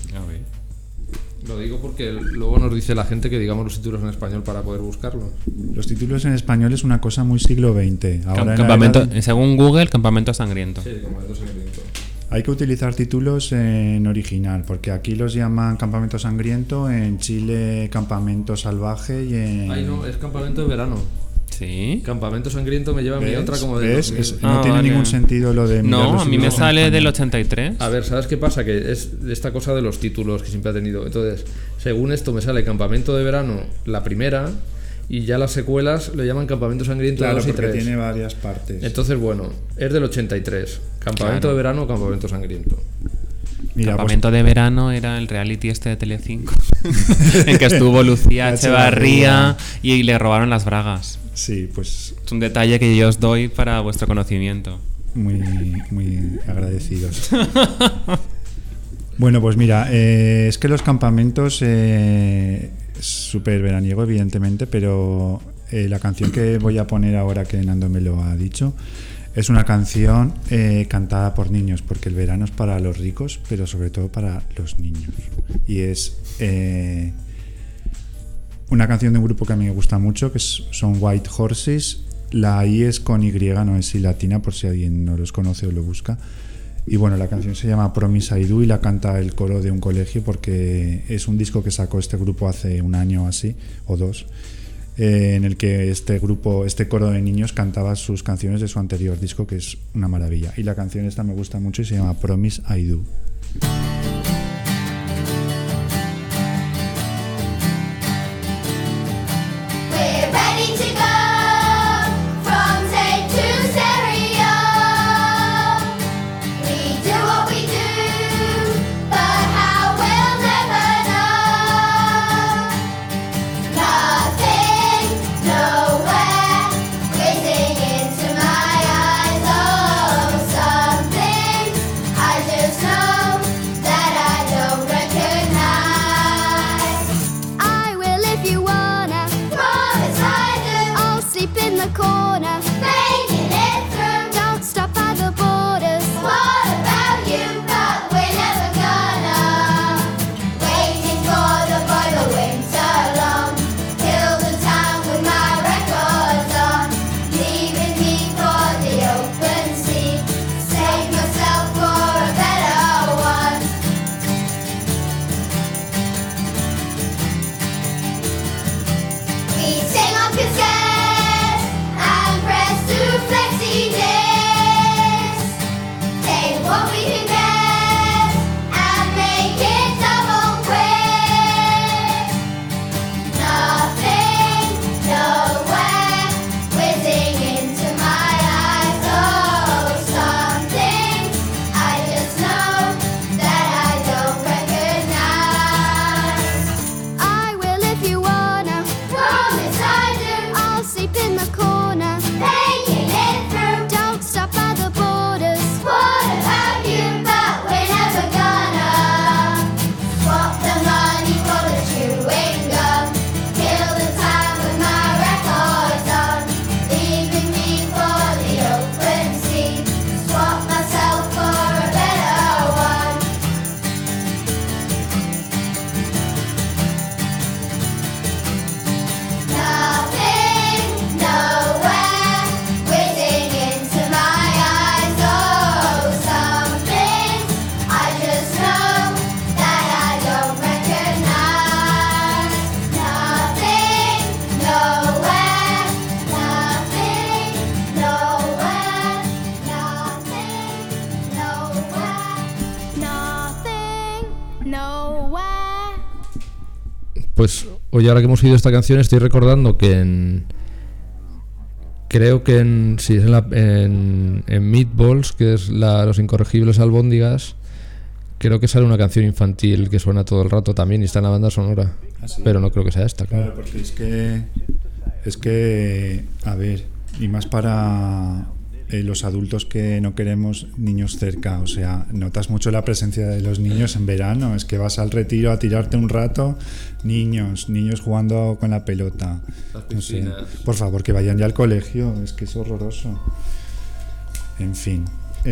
Lo digo porque luego nos dice la gente que digamos los títulos en español para poder buscarlos. Los títulos en español es una cosa muy siglo XX. Ahora según Google, Campamento Sangriento. Sí, Campamento Sangriento. Hay que utilizar títulos en original, porque aquí los llaman Campamento Sangriento, en Chile Campamento Salvaje y en... Ay, no, es Campamento de Verano. ¿Sí? Campamento Sangriento me lleva a mí otra como de... No tiene ningún sentido lo de... No, a mí me sale del 83. A ver, ¿sabes qué pasa? Que es esta cosa de los títulos que siempre ha tenido. Entonces, según esto me sale Campamento de Verano, la primera, y ya las secuelas le llaman Campamento Sangriento 2 y 3. Porque tiene varias partes. Entonces, bueno, es del 83. Campamento de Verano o Campamento Sangriento. Mira, Campamento de Verano era el reality este de Telecinco en que estuvo Lucía Echevarría y le robaron las bragas. Sí, pues... Es un detalle que yo os doy para vuestro conocimiento. muy agradecidos. Bueno, pues mira, es que los campamentos es súper veraniego, evidentemente, pero la canción que voy a poner ahora, que Nando me lo ha dicho, es una canción cantada por niños, porque el verano es para los ricos, pero sobre todo para los niños. Y es una canción de un grupo que a mí me gusta mucho, que son White Horses. La I es con Y, no es I latina, por si alguien no los conoce o lo busca. Y bueno, la canción se llama Promise I Do y la canta el coro de un colegio, porque es un disco que sacó este grupo hace un año así, o dos, en el que este coro de niños cantaba sus canciones de su anterior disco, que es una maravilla. Y la canción esta me gusta mucho y se llama Promise I Do. Pues hoy, ahora que hemos oído esta canción, estoy recordando que creo que en Meatballs, que es Los Incorregibles Albóndigas, creo que sale una canción infantil que suena todo el rato también y está en la banda sonora. ¿Ah, sí? Pero no creo que sea esta, claro. Claro, porque es que, a ver, y más para los adultos que no queremos niños cerca, o sea, notas mucho la presencia de los niños en verano, es que vas al retiro a tirarte un rato, niños jugando con la pelota, no sé, por favor, que vayan ya al colegio, es que es horroroso. En fin,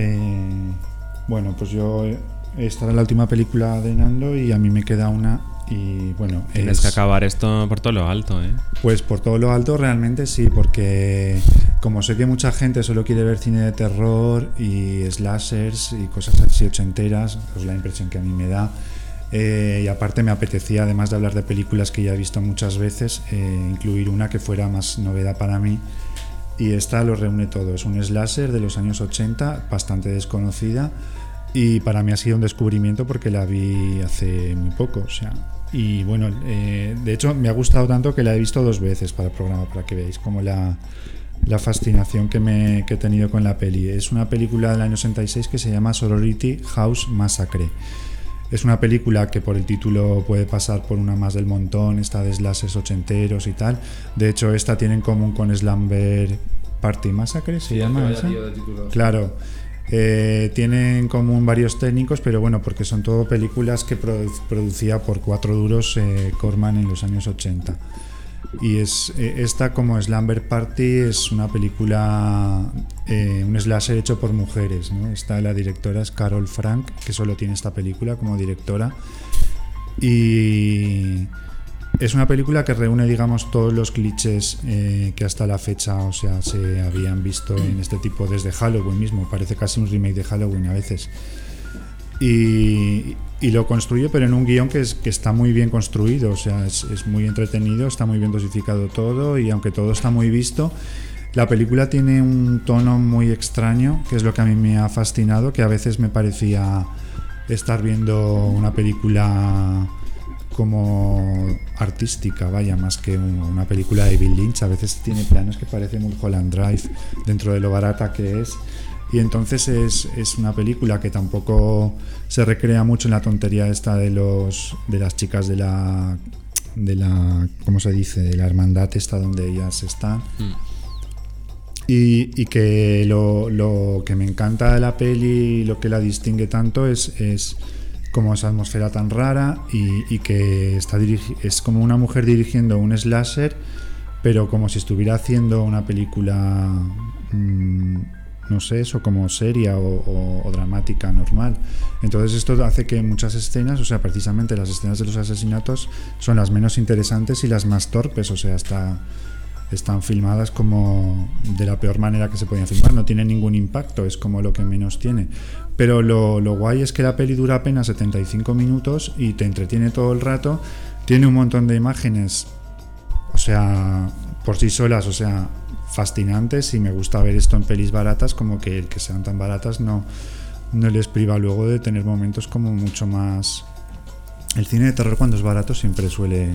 bueno, pues esta era la última película de Nando y a mí me queda una. Y bueno, tienes que acabar esto por todo lo alto, ¿eh? Pues por todo lo alto realmente sí, porque como sé que mucha gente solo quiere ver cine de terror y slashers y cosas así ochenteras, es la impresión que a mí me da, y aparte me apetecía, además de hablar de películas que ya he visto muchas veces, incluir una que fuera más novedad para mí, y esta lo reúne todo. Es un slasher de los años 80, bastante desconocida, y para mí ha sido un descubrimiento porque la vi hace muy poco, o sea. Y bueno, de hecho me ha gustado tanto que la he visto 2 veces para el programa, para que veáis como la fascinación que he tenido con la peli. Es una película del año 66 que se llama Sorority House Massacre. Es una película que por el título puede pasar por una más del montón, esta de slashers ochenteros y tal. De hecho, esta tiene en común con Slumber Party Massacre, se Sí, llama vaya esa. lío de títulos. Claro. Tienen en común varios técnicos, pero bueno, porque son todo películas que producía por 4 duros Corman en los años 80. Y esta, como Slumber Party, es una película, un slasher hecho por mujeres, ¿no? La directora es Carol Frank, que solo tiene esta película como directora. Y es una película que reúne, digamos, todos los clichés que hasta la fecha, o sea, se habían visto en este tipo desde Halloween mismo. Parece casi un remake de Halloween a veces. Y lo construye, pero en un guión que está muy bien construido, o sea, es muy entretenido, está muy bien dosificado todo, y aunque todo está muy visto, la película tiene un tono muy extraño, que es lo que a mí me ha fascinado, que a veces me parecía estar viendo una película como artística, vaya, más que una película de David Lynch. A veces tiene planos que parecen Mulholland Drive dentro de lo barata que es. Y entonces es una película que tampoco se recrea mucho en la tontería esta de las chicas de la ¿cómo se dice? De la hermandad esta donde ellas están. Y que lo que me encanta de la peli, lo que la distingue tanto es como esa atmósfera tan rara, y que es como una mujer dirigiendo un slasher, pero como si estuviera haciendo una película, no sé, eso, como seria o dramática normal. Entonces esto hace que muchas escenas, o sea, precisamente las escenas de los asesinatos son las menos interesantes y las más torpes, o sea, están filmadas como de la peor manera que se podían filmar, no tienen ningún impacto, es como lo que menos tiene. Pero lo guay es que la peli dura apenas 75 minutos y te entretiene todo el rato, tiene un montón de imágenes, o sea, por sí solas, o sea, fascinantes, y me gusta ver esto en pelis baratas, como que el que sean tan baratas no les priva luego de tener momentos como mucho más... El cine de terror, cuando es barato, siempre suele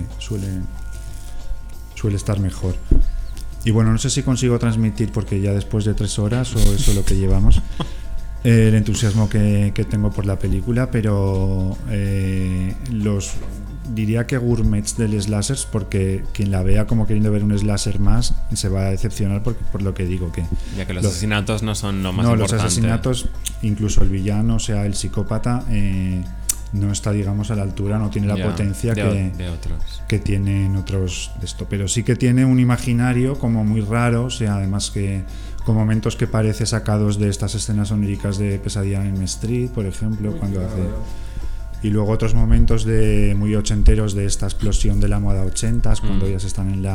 estar mejor. Y bueno, no sé si consigo transmitir, porque ya después de 3 horas, o eso es lo que llevamos, el entusiasmo que tengo por la película, pero diría que gourmets del slashers, porque quien la vea como queriendo ver un slasher más se va a decepcionar por lo que digo, que ya que los asesinatos no son lo más importante. importante. Los asesinatos, incluso el villano, o sea, el psicópata, no está, digamos, a la altura, no tiene la potencia de otros que tienen otros de esto, pero sí que tiene un imaginario como muy raro, o sea, además que con momentos que parece sacados de estas escenas oníricas de Pesadilla en Elm Street, por ejemplo, cuando hace, y luego otros momentos muy ochenteros de esta explosión de la moda 80s, cuando ellas están en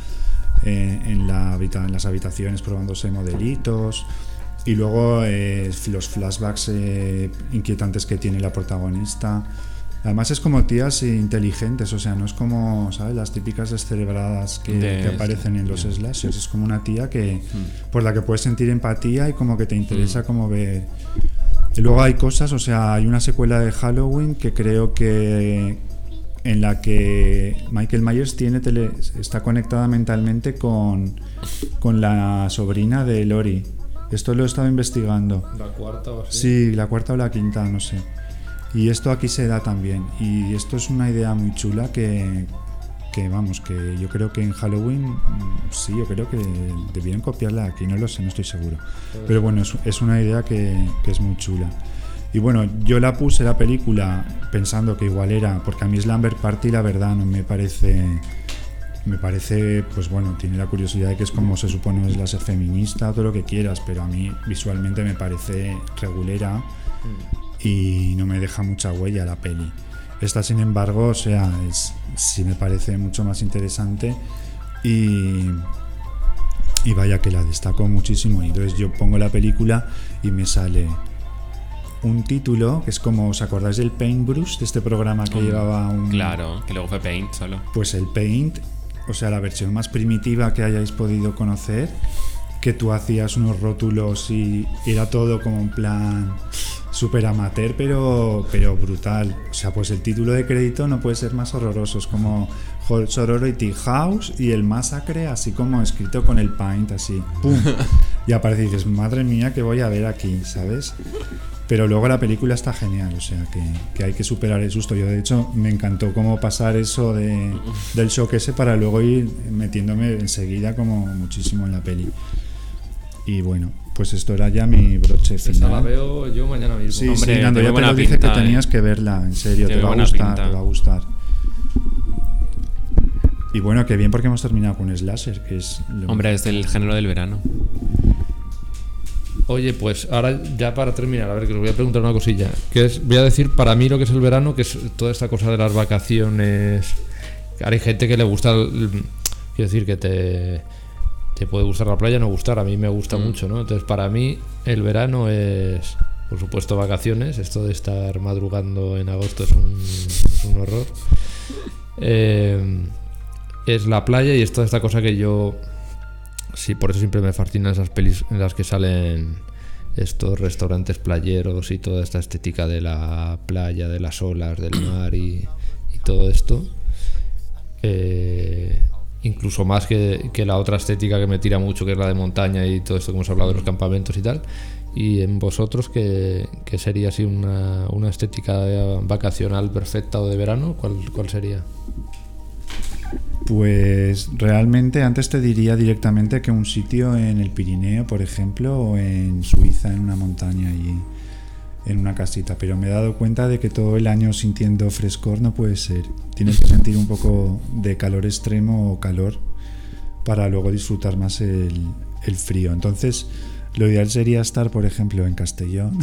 las habitaciones probándose modelitos. Y luego los flashbacks inquietantes que tiene la protagonista. Además es como tías inteligentes, o sea, no es como, ¿sabes?, las típicas descerebradas que aparecen en los slashers. Es como una tía por la que puedes sentir empatía y como que te interesa como ver. Y luego hay cosas, o sea, hay una secuela de Halloween que creo que en la que Michael Myers está conectada mentalmente con la sobrina de Laurie. Esto lo he estado investigando. ¿La cuarta o así? Sí, la cuarta o la quinta, no sé. Y esto aquí se da también. Y esto es una idea muy chula que vamos, que yo creo que en Halloween, sí, yo creo que debieron copiarla aquí, no lo sé, no estoy seguro. Pero bueno, es una idea que es muy chula. Y bueno, yo la puse la película pensando que igual era, porque a mí Slumber Party, la verdad, no me parece, pues bueno, tiene la curiosidad de que es como se supone es la ser feminista, todo lo que quieras, pero a mí visualmente me parece regulera y no me deja mucha huella la peli. Esta, sin embargo, o sea, sí me parece mucho más interesante y vaya que la destaco muchísimo. Y entonces yo pongo la película y me sale un título que es como, ¿os acordáis del Paintbrush, de este programa que llevaba un... Claro, que luego fue Paint solo. Pues el Paint, o sea, la versión más primitiva que hayáis podido conocer, que tú hacías unos rótulos y era todo como en plan súper amateur, pero brutal. O sea, pues el título de crédito no puede ser más horroroso. Es como Sorority House y el Massacre, así como escrito con el Paint, así, ¡pum! Y aparece y dices, madre mía, ¿qué voy a ver aquí? ¿Sabes? Pero luego la película está genial, o sea que hay que superar el susto. Yo, de hecho, me encantó cómo pasar eso del shock ese para luego ir metiéndome enseguida como muchísimo en la peli. Y bueno, pues esto era ya mi broche Esa final. la veo yo mañana mismo. Sí, Hombre, sí, Nando, tiene ya te buena lo dije pinta, que tenías que verla, en serio, te Tiene va a buena gustar, pinta. te va a gustar. Y bueno, qué bien porque hemos terminado con Slasher, que es lo Hombre, es el género del verano. Oye, pues ahora ya para terminar, a ver, que os voy a preguntar una cosilla. Que es, voy a decir para mí lo que es el verano, que es toda esta cosa de las vacaciones. Ahora hay gente que le gusta, quiero decir, que te puede gustar la playa, no gustar. A mí me gusta mucho, ¿no? Entonces, para mí el verano es, por supuesto, vacaciones. Esto de estar madrugando en agosto es un horror. Es la playa y es toda esta cosa que yo... Sí, por eso siempre me fascinan esas pelis en las que salen estos restaurantes playeros y toda esta estética de la playa, de las olas, del mar y todo esto. Incluso más que la otra estética que me tira mucho, que es la de montaña y todo esto que hemos hablado de los campamentos y tal. Y en vosotros, ¿qué sería así una estética vacacional perfecta o de verano? ¿Cuál sería? Pues realmente antes te diría directamente que un sitio en el Pirineo, por ejemplo, o en Suiza, en una montaña y en una casita, pero me he dado cuenta de que todo el año sintiendo frescor no puede ser. Tienes que sentir un poco de calor extremo o calor para luego disfrutar más el frío. Entonces, lo ideal sería estar, por ejemplo, en Castellón,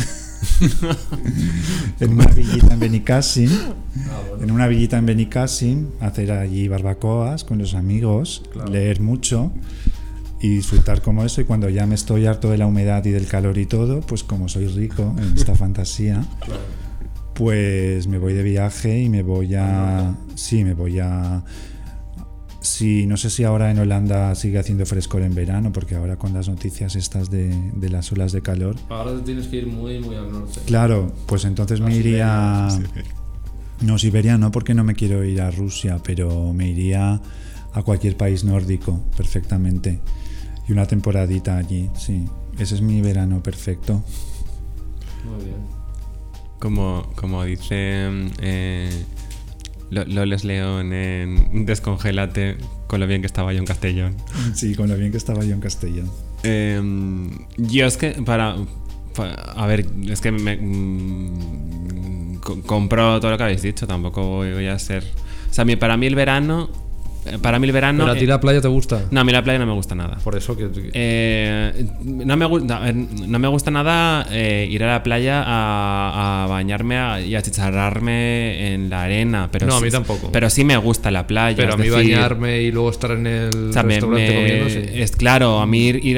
en una villita en Benicàssim, en una villita en Benicàssim, hacer allí barbacoas con los amigos, leer mucho y disfrutar como eso. Y cuando ya me estoy harto de la humedad y del calor y todo, pues como soy rico en esta fantasía, pues me voy de viaje y me voy a... Sí, no sé si ahora en Holanda sigue haciendo frescor en verano, porque ahora con las noticias estas de las olas de calor... Ahora tienes que ir muy, muy al norte. Claro, pues entonces me iría... No, Siberia no, porque no me quiero ir a Rusia, pero me iría a cualquier país nórdico perfectamente. Y una temporadita allí, sí. Ese es mi verano perfecto. Muy bien. Como dice Loles León en Descongélate, con lo bien que estaba yo en Castellón. Sí, con lo bien que estaba yo en Castellón. Yo es que a ver, es que compro todo lo que habéis dicho, tampoco voy a ser... O sea, para mí el verano... ¿Pero a ti la playa te gusta? No, a mí la playa no me gusta nada. Por eso que... no me gusta nada ir a la playa a bañarme y a achicharrarme en la arena. Pero no, a mí tampoco. Pero sí me gusta la playa. Pero a mí bañarme y luego estar en el restaurante comiendo, sí. Es claro, a mí ir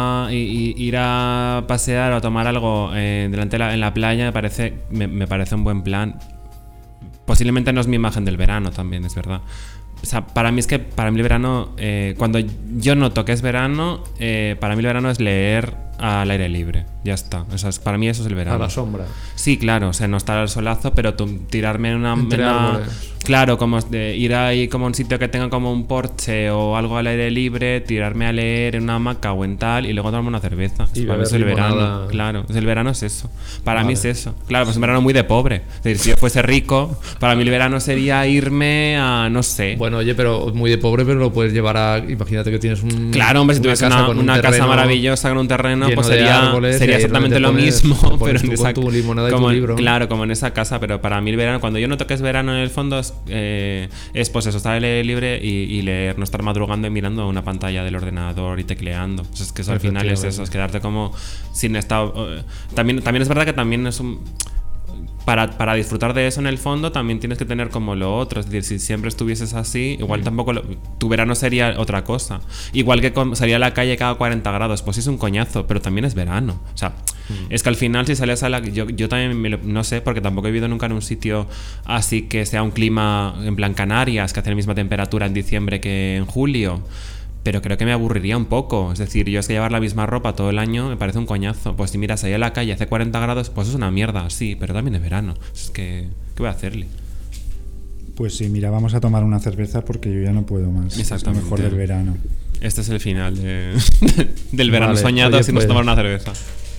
a pasear o a tomar algo delante en la playa me parece un buen plan. Posiblemente no es mi imagen del verano también, es verdad. O sea, para mí el verano, cuando yo noto que es verano, para mí el verano es leer al aire libre. Ya está. O sea, para mí eso es el verano. A la sombra. Sí, claro. O sea, no estar al solazo, pero tirarme en una... Claro, como ir ahí como a un sitio que tenga como un porche o algo al aire libre, tirarme a leer en una hamaca o en tal y luego tomarme una cerveza. Y para mí es el verano. Claro, el verano es eso. Para mí es eso. Claro, pues un verano muy de pobre. Es decir, si yo fuese rico, para mí el verano sería irme a, no sé... Bueno, oye, pero muy de pobre, pero lo puedes llevar a... Imagínate que tienes un... Claro, hombre, si tuviese una casa maravillosa con un terreno, pues sería exactamente lo mismo. Pero en esa, tu limonada y como, tu libro. Claro, como en esa casa. Pero para mí el verano, cuando yo noto que es verano en el fondo, es pues eso, estar al aire libre y leer, no estar madrugando y mirando a una pantalla del ordenador y tecleando. Pues es que eso al final es eso, es quedarte como sin estado. También es verdad que también es un... Para disfrutar de eso en el fondo también tienes que tener como lo otro. Es decir, si siempre estuvieses así, igual tampoco tu verano sería otra cosa. Igual que salir a la calle cada 40 grados, pues sí es un coñazo, pero también es verano. O sea, es que al final si sales a la... Yo también no sé, porque tampoco he vivido nunca en un sitio así que sea un clima en plan Canarias, que hace la misma temperatura en diciembre que en julio. Pero creo que me aburriría un poco. Es decir, yo es que llevar la misma ropa todo el año me parece un coñazo. Pues si miras ahí a la calle hace 40 grados, pues es una mierda, sí, pero también es verano. Es que, ¿qué voy a hacerle? Pues sí, mira, vamos a tomar una cerveza porque yo ya no puedo más. Exactamente. Es lo mejor del verano. Este es el final del verano soñado, si nos tomamos una cerveza.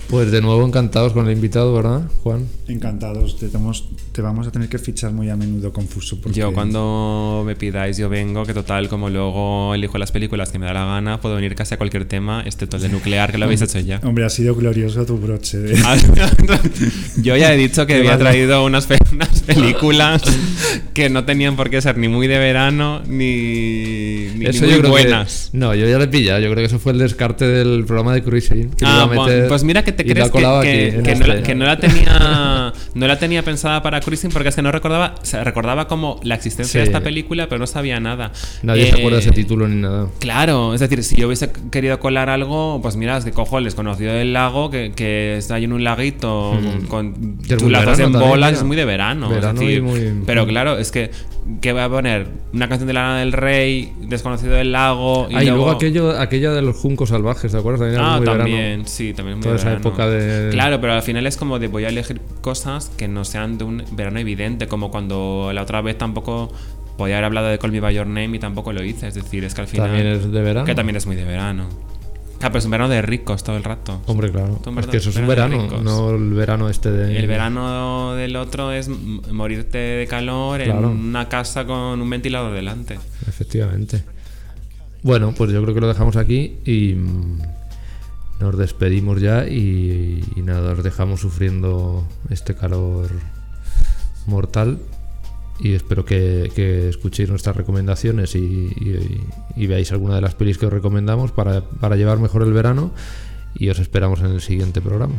Pues de nuevo encantados con el invitado, ¿verdad, Juan? Encantados, te vamos a tener que fichar muy a menudo, Confuso. Porque... Yo cuando me pidáis yo vengo, que total, como luego elijo las películas que me da la gana, puedo venir casi a cualquier tema, excepto el de nuclear, que lo habéis hecho ya. Hombre, ha sido glorioso tu broche. Yo ya he dicho que había traído unas películas que no tenían por qué ser ni muy de verano ni muy buenas. No, yo ya le he pillado. Yo creo que eso fue el descarte del programa de Cruising. Pues mira que te crees que no la tenía pensada para Cruising, porque es que no recordaba, o sea, recordaba como la existencia de esta película, pero no sabía nada. Nadie se acuerda de ese título ni nada. Claro, es decir, si yo hubiese querido colar algo, pues mira, es que cojo el desconocido del lago, que está ahí en un laguito con chulazos en bolas, es muy de verano. Es decir, pero claro, es que ¿qué va a poner? Una canción de Lana del Rey, desconocido del lago. Y luego aquella de los juncos salvajes, ¿te acuerdas? También, sí, también muy toda esa época de... Claro, pero al final es como de voy a elegir cosas que no sean de un verano evidente, como cuando la otra vez tampoco podía haber hablado de Call Me By Your Name y tampoco lo hice. Es decir, es que al final... ¿También es de verano? Que también es muy de verano. Claro, pero es un verano de ricos todo el rato. Hombre, claro. Es que eso es un verano, no el verano este de... El verano del otro es morirte de calor en una casa con un ventilador delante. Efectivamente. Bueno, pues yo creo que lo dejamos aquí y nos despedimos ya y nada, os dejamos sufriendo este calor mortal y espero que escuchéis nuestras recomendaciones y veáis alguna de las pelis que os recomendamos para llevar mejor el verano y os esperamos en el siguiente programa.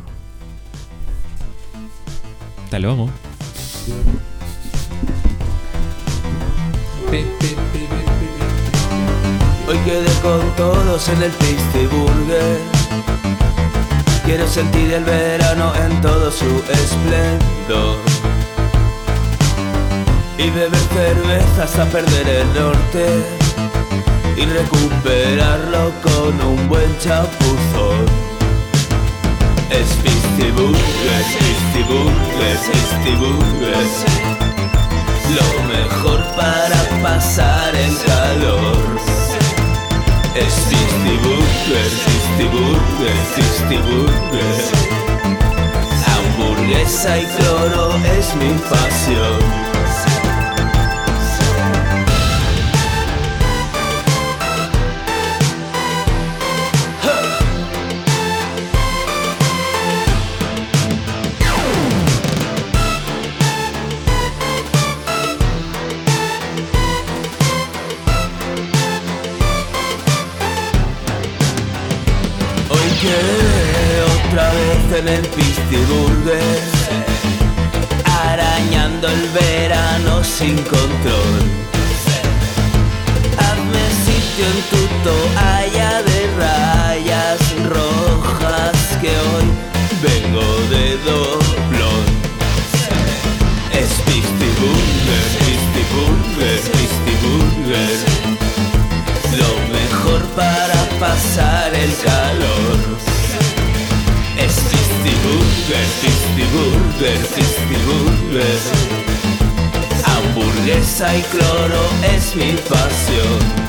Hasta luego. Hoy quedé con todos en el Tasty Burger. Quiero sentir el verano en todo su esplendor y beber cerveza hasta perder el norte y recuperarlo con un buen chapuzón. Es Tasty Burger, Tasty Burger, Tasty Burger, lo mejor para pasar el calor. Es Tasty Burger, Tasty Burger, Tasty Burger. Hamburguesa y cloro es mi pasión. Otra vez en el Tasty Burger, arañando el verano sin control. Hazme sitio en tu toalla de rayas rojas, que hoy vengo de doblón. Es Tasty Burger, Tasty Burger, Tasty Burger, lo mejor para pasar el calor. Es Tasty Burger, Tasty Burger, Tasty Burger. Hamburguesa y cloro es mi pasión.